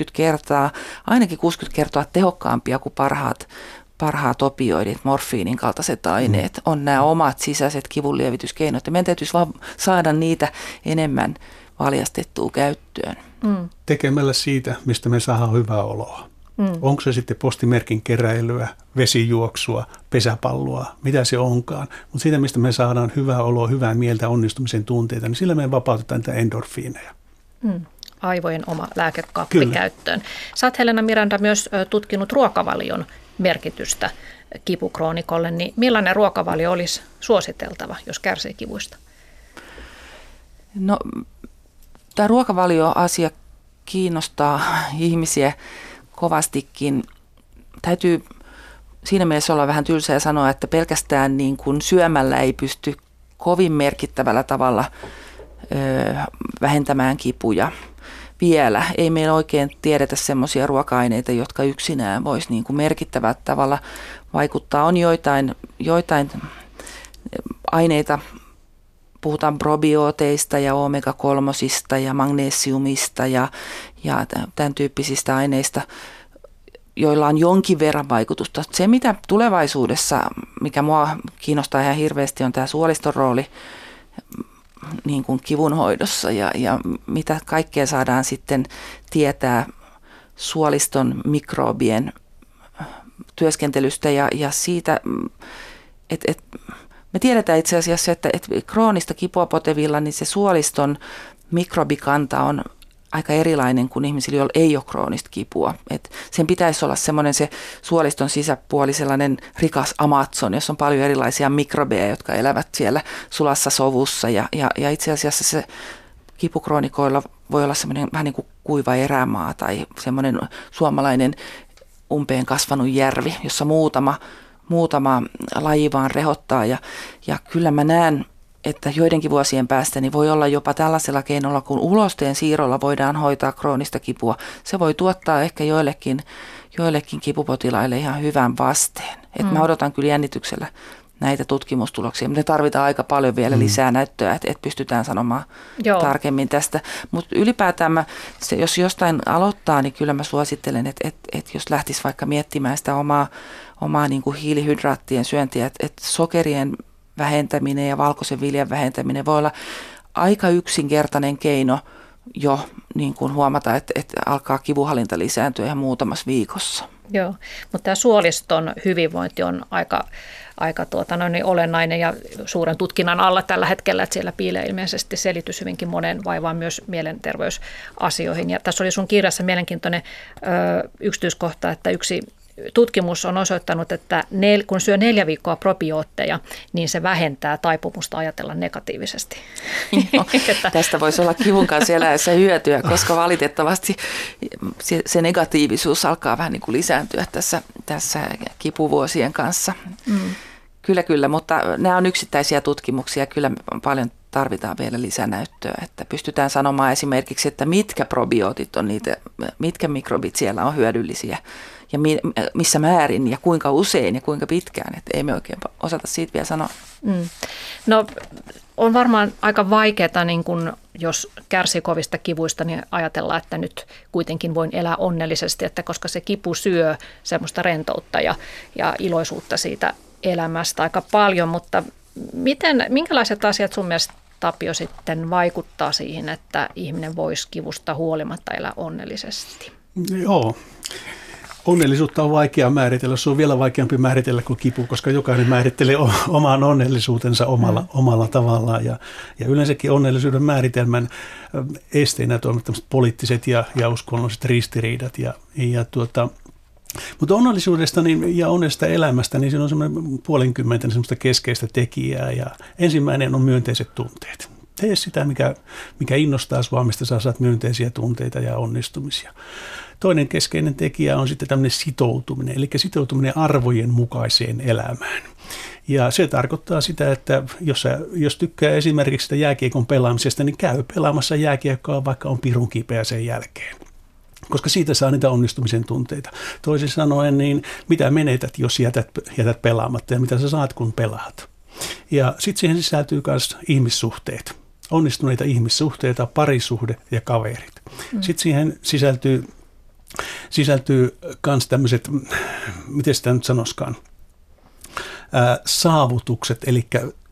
ainakin 60 kertaa tehokkaampia kuin parhaat opioidit, morfiinin kaltaiset aineet. On nämä omat sisäiset kivunlievityskeinot ja meidän täytyisi vaan saada niitä enemmän valjastettua käyttöön. Tekemällä siitä, mistä me saadaan hyvää oloa. Onko se sitten postimerkin keräilyä, vesijuoksua, pesäpalloa, mitä se onkaan. Mutta siitä, mistä me saadaan hyvää oloa, hyvää mieltä, onnistumisen tunteita, niin sillä me vapautetaan niitä endorfiineja. Aivojen oma lääkekaappi käyttöön. Sä oot, Helena Miranda, myös tutkinut ruokavalion merkitystä kipukroonikolle. Niin millainen ruokavalio olisi suositeltava, jos kärsii kivuista? No, tämä ruokavalioasia kiinnostaa ihmisiä kovastikin. Täytyy siinä mielessä olla vähän tylsää sanoa, että pelkästään niin kuin syömällä ei pysty kovin merkittävällä tavalla vähentämään kipuja. Vielä ei meillä oikein tiedetä semmoisia ruoka-aineita, jotka yksinään voisi niin kuin merkittävällä tavalla vaikuttaa. On joitain aineita, puhutaan probiooteista ja omega-3 ja magnesiumista ja tämän tyyppisistä aineista, joilla on jonkin verran vaikutusta. Se, mitä tulevaisuudessa, mikä mua kiinnostaa ihan hirveästi, on tämä suoliston rooli niin kuin kivunhoidossa ja mitä kaikkea saadaan sitten tietää suoliston mikroobien työskentelystä ja siitä, että me tiedetään itse asiassa, että kroonista kipua potevilla, niin se suoliston mikrobikanta on aika erilainen kuin ihmisillä, joilla ei ole kroonista kipua. Et sen pitäisi olla semmoinen se suoliston sisäpuoli, sellainen rikas Amazon, jossa on paljon erilaisia mikrobeja, jotka elävät siellä sulassa sovussa. Ja itse asiassa se kipukroonikoilla voi olla semmoinen vähän niin kuin kuiva erämaa tai semmoinen suomalainen umpeen kasvanut järvi, jossa muutama laji vaan rehottaa. Ja kyllä mä näen, että joidenkin vuosien päästä niin voi olla jopa tällaisella keinolla, kun ulosteen siirrolla voidaan hoitaa kroonista kipua. Se voi tuottaa ehkä joillekin kipupotilaille ihan hyvän vasteen. Mä odotan kyllä jännityksellä näitä tutkimustuloksia, mutta ne tarvitaan aika paljon vielä lisää näyttöä, että pystytään sanomaan tarkemmin tästä. Mutta ylipäätään jos jostain aloittaa, niin kyllä mä suosittelen, että jos lähtisi vaikka miettimään sitä omaa niin kuin hiilihydraattien syöntiä, että sokerien vähentäminen ja valkoisen viljan vähentäminen voi olla aika yksinkertainen keino jo niin kuin huomata, että alkaa kivunhallinta lisääntyä ihan muutamassa viikossa. Joo, mutta tämä suoliston hyvinvointi on aika olennainen ja suuren tutkinnan alla tällä hetkellä, että siellä piilee ilmeisesti selitys hyvinkin monen vaivaan myös mielenterveysasioihin. Ja tässä oli sun kirjassa mielenkiintoinen yksityiskohta, että yksi tutkimus on osoittanut, että kun syö 4 viikkoa probiootteja, niin se vähentää taipumusta ajatella negatiivisesti. No, tästä voisi olla kivun kanssa eläessä hyötyä, koska valitettavasti se negatiivisuus alkaa vähän niin kuin lisääntyä tässä kipuvuosien kanssa. Kyllä, mutta nämä on yksittäisiä tutkimuksia. Kyllä paljon tarvitaan vielä lisänäyttöä, että pystytään sanomaan esimerkiksi, että mitkä probiootit on niitä, mitkä mikrobit siellä on hyödyllisiä ja missä määrin ja kuinka usein ja kuinka pitkään, että ei me oikein osata siitä vielä sanoa. No on varmaan aika vaikeaa, niin kun, jos kärsii kovista kivuista, niin ajatella, että nyt kuitenkin voin elää onnellisesti, että koska se kipu syö semmoista rentoutta ja iloisuutta siitä elämästä aika paljon, mutta minkälaiset asiat sun mielestä, Tapio, sitten vaikuttaa siihen, että ihminen voisi kivusta huolimatta elää onnellisesti? Joo. Onnellisuutta on vaikea määritellä. Se on vielä vaikeampi määritellä kuin kipu, koska jokainen määrittelee oman onnellisuutensa omalla tavallaan. Ja yleensäkin onnellisuuden määritelmän esteinä toimivat poliittiset ja uskonnolliset ristiriidat. Mutta onnellisuudesta ja onnellisesta elämästä, niin siinä on semmoinen 50 semmoista keskeistä tekijää. Ja ensimmäinen on myönteiset tunteet. Tee sitä, mikä innostaa sinua, mistä sä saat myönteisiä tunteita ja onnistumisia. Toinen keskeinen tekijä on sitten tämmöinen sitoutuminen, eli sitoutuminen arvojen mukaiseen elämään. Ja se tarkoittaa sitä, että jos tykkää esimerkiksi sitä jääkiekon pelaamisesta, niin käy pelaamassa jääkiekkoa, vaikka on pirun kipeä sen jälkeen. Koska siitä saa niitä onnistumisen tunteita. Toisin sanoen, niin mitä menetät, jos jätät pelaamatta ja mitä sä saat, kun pelaat. Ja sitten siihen sisältyy myös ihmissuhteet. Onnistuneita ihmissuhteita, parisuhde ja kaverit. Sitten siihen sisältyy myös tämmöiset, miten sitä nyt sanoisikaan, saavutukset, eli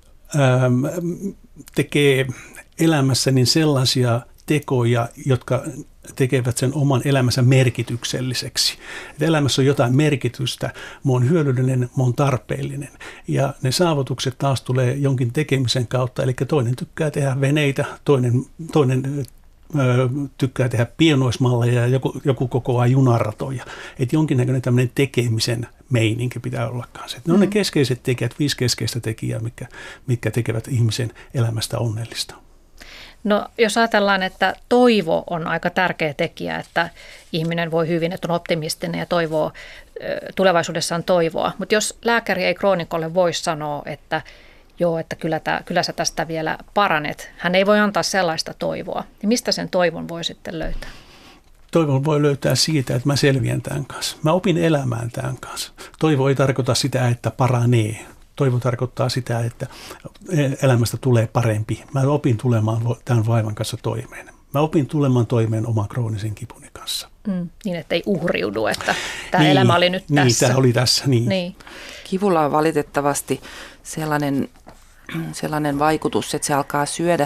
tekee elämässä niin sellaisia tekoja, jotka tekevät sen oman elämänsä merkitykselliseksi. Että elämässä on jotain merkitystä, mä oon hyödyllinen, mä oon tarpeellinen. Ja ne saavutukset taas tulee jonkin tekemisen kautta, eli toinen tykkää tehdä veneitä, toinen tykkää tehdä pienoismalleja ja joku kokoaa junaratoja. Että jonkinnäköinen tämmöinen tekemisen meininki pitää olla kanssa. Ne on ne keskeiset tekijät, 5 keskeistä tekijää, mitkä tekevät ihmisen elämästä onnellista. No jos ajatellaan, että toivo on aika tärkeä tekijä, että ihminen voi hyvin, että on optimistinen ja toivoo, tulevaisuudessaan toivoa. Mutta jos lääkäri ei kroonikolle voi sanoa, että joo, että kyllä sä tästä vielä paranet, hän ei voi antaa sellaista toivoa. Niin mistä sen toivon voi sitten löytää? Toivon voi löytää siitä, että mä selviän tämän kanssa. Mä opin elämään tämän kanssa. Toivo ei tarkoita sitä, että paranee. Toivo tarkoittaa sitä, että elämästä tulee parempi. Mä opin tulemaan tämän vaivan kanssa toimeen. Mä opin tulemaan toimeen oman kroonisen kipuni kanssa. Niin, että ei uhriudu, että tämä elämä oli nyt tässä. Niin, tämä oli tässä. Niin. Kivulla on valitettavasti sellainen vaikutus, että se alkaa syödä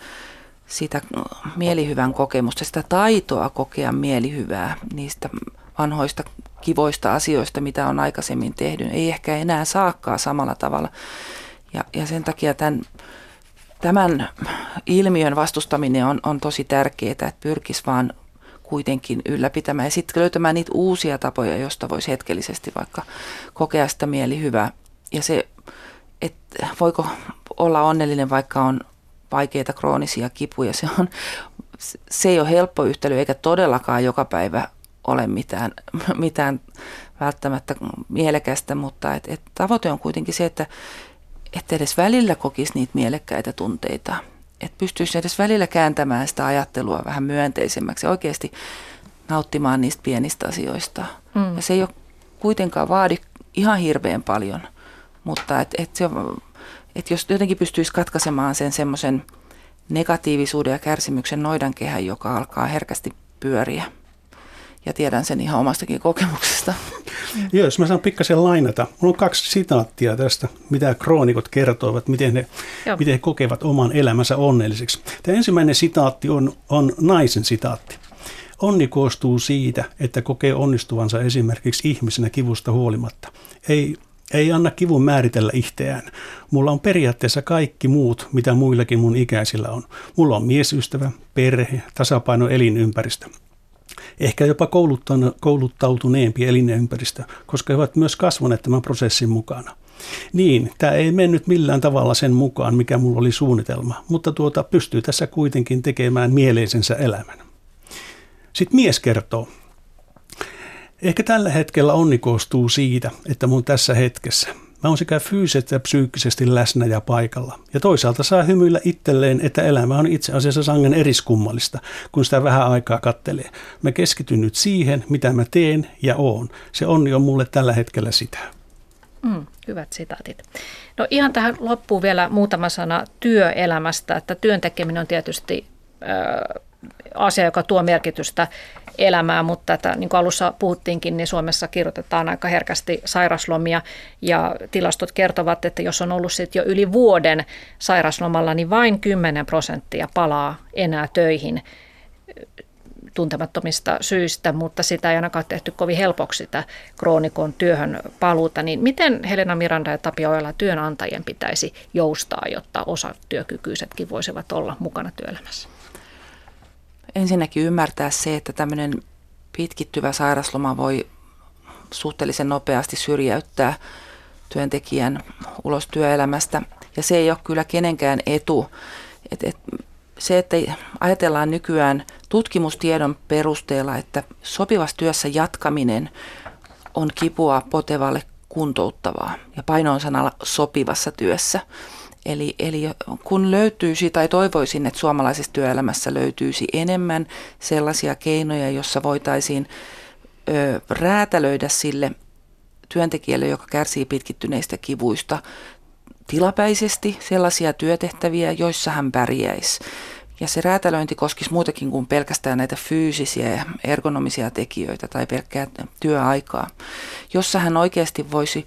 sitä mielihyvän kokemusta, sitä taitoa kokea mielihyvää niistä vanhoista kivoista asioista, mitä on aikaisemmin tehty. Ei ehkä enää saakaan samalla tavalla. Ja sen takia tämän ilmiön vastustaminen on tosi tärkeää, että pyrkisi vaan kuitenkin ylläpitämään ja sitten löytämään niitä uusia tapoja, joista voisi hetkellisesti vaikka kokea sitä mielihyvää. Ja se, että voiko olla onnellinen, vaikka on vaikeita kroonisia kipuja, se ei ole helppo yhtälö eikä todellakaan joka päivä ole mitään välttämättä mielekästä, mutta tavoite on kuitenkin se, että edes välillä kokisi niitä mielekkäitä tunteita, että pystyisi edes välillä kääntämään sitä ajattelua vähän myönteisemmäksi ja oikeasti nauttimaan niistä pienistä asioista. Ja se ei ole kuitenkaan vaadi ihan hirveän paljon, mutta että jos jotenkin pystyisi katkaisemaan sen semmoisen negatiivisuuden ja kärsimyksen noidankehän, joka alkaa herkästi pyöriä. Ja tiedän sen ihan omastakin kokemuksesta. Joo, jos mä saan pikkasen lainata. Mulla on 2 sitaattia tästä, mitä kroonikot kertovat, miten he kokevat oman elämänsä onnelliseksi. Tämä ensimmäinen sitaatti on naisen sitaatti. Onni koostuu siitä, että kokee onnistuvansa esimerkiksi ihmisenä kivusta huolimatta. Ei anna kivun määritellä itseään. Mulla on periaatteessa kaikki muut, mitä muillakin mun ikäisillä on. Mulla on miesystävä, perhe, tasapaino elinympäristö. Ehkä jopa kouluttautuneempi elinympäristö, koska he ovat myös kasvaneet tämän prosessin mukana. Niin, tämä ei mennyt millään tavalla sen mukaan, mikä mulla oli suunnitelma, mutta pystyy tässä kuitenkin tekemään mieleisensä elämän. Sitten mies kertoo. Ehkä tällä hetkellä onni koostuu siitä, että mun tässä hetkessä. Mä oon sekä fyysisesti ja psyykkisesti läsnä ja paikalla. Ja toisaalta saa hymyillä itselleen, että elämä on itse asiassa sangen eriskummallista, kun sitä vähän aikaa kattelee. Mä keskityn nyt siihen, mitä mä teen ja oon. Se onni on mulle tällä hetkellä sitä. Hyvät sitaatit. No ihan tähän loppuun vielä muutama sana työelämästä, että työn tekeminen on tietysti asia, joka tuo merkitystä elämään, mutta että, niin kuin alussa puhuttiinkin, niin Suomessa kirjoitetaan aika herkästi sairaslomia ja tilastot kertovat, että jos on ollut sit jo yli vuoden sairaslomalla, niin vain 10% palaa enää töihin tuntemattomista syistä, mutta sitä ei ainakaan tehty kovin helpoksi sitä kroonikon työhön paluuta. Niin miten Helena Miranda ja Tapio Ojala työnantajien pitäisi joustaa, jotta osatyökykyisetkin voisivat olla mukana työelämässä? Ensinnäkin ymmärtää se, että tämmöinen pitkittyvä sairasloma voi suhteellisen nopeasti syrjäyttää työntekijän ulos työelämästä. Ja se ei ole kyllä kenenkään etu. Se, että ajatellaan nykyään tutkimustiedon perusteella, että sopivassa työssä jatkaminen on kipua potevalle kuntouttavaa. Ja paino on sanalla sopivassa työssä. Eli kun löytyisi, tai toivoisin, että suomalaisessa työelämässä löytyisi enemmän sellaisia keinoja, jossa voitaisiin räätälöidä sille työntekijälle, joka kärsii pitkittyneistä kivuista, tilapäisesti sellaisia työtehtäviä, joissa hän pärjäisi. Ja se räätälöinti koskisi muutakin kuin pelkästään näitä fyysisiä ja ergonomisia tekijöitä tai pelkkää työaikaa, jossa hän oikeasti voisi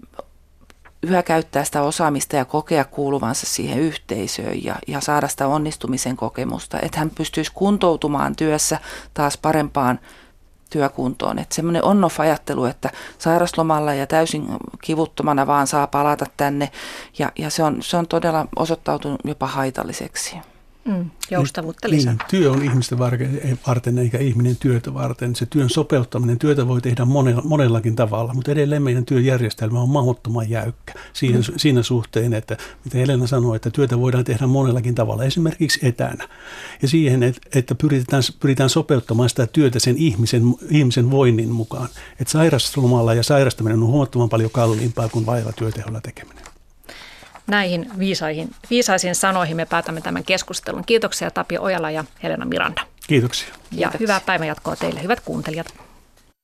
yhä käyttää sitä osaamista ja kokea kuuluvansa siihen yhteisöön ja saada sitä onnistumisen kokemusta, että hän pystyisi kuntoutumaan työssä taas parempaan työkuntoon. Että semmoinen on-off-ajattelu, että sairaslomalla ja täysin kivuttomana vaan saa palata tänne ja se on todella osoittautunut jopa haitalliseksi. Joustavuutta lisää. Niin, työ on ihmisten varten eikä ihminen työtä varten. Se työn sopeuttaminen, työtä voi tehdä monellakin tavalla, mutta edelleen meidän työjärjestelmä on mahdottoman jäykkä siinä suhteen, että mitä Helena sanoi, että työtä voidaan tehdä monellakin tavalla, esimerkiksi etänä. Ja siihen, että pyritään sopeuttamaan sitä työtä sen ihmisen voinnin mukaan. Että sairaslomalla ja sairastaminen on huomattavan paljon kalliimpaa kuin vailla työteholla tekeminen. Näihin viisaisiin sanoihin me päätämme tämän keskustelun. Kiitoksia Tapio Ojala ja Helena Miranda. Kiitoksia. Ja hyvää päivänjatkoa teille, hyvät kuuntelijat.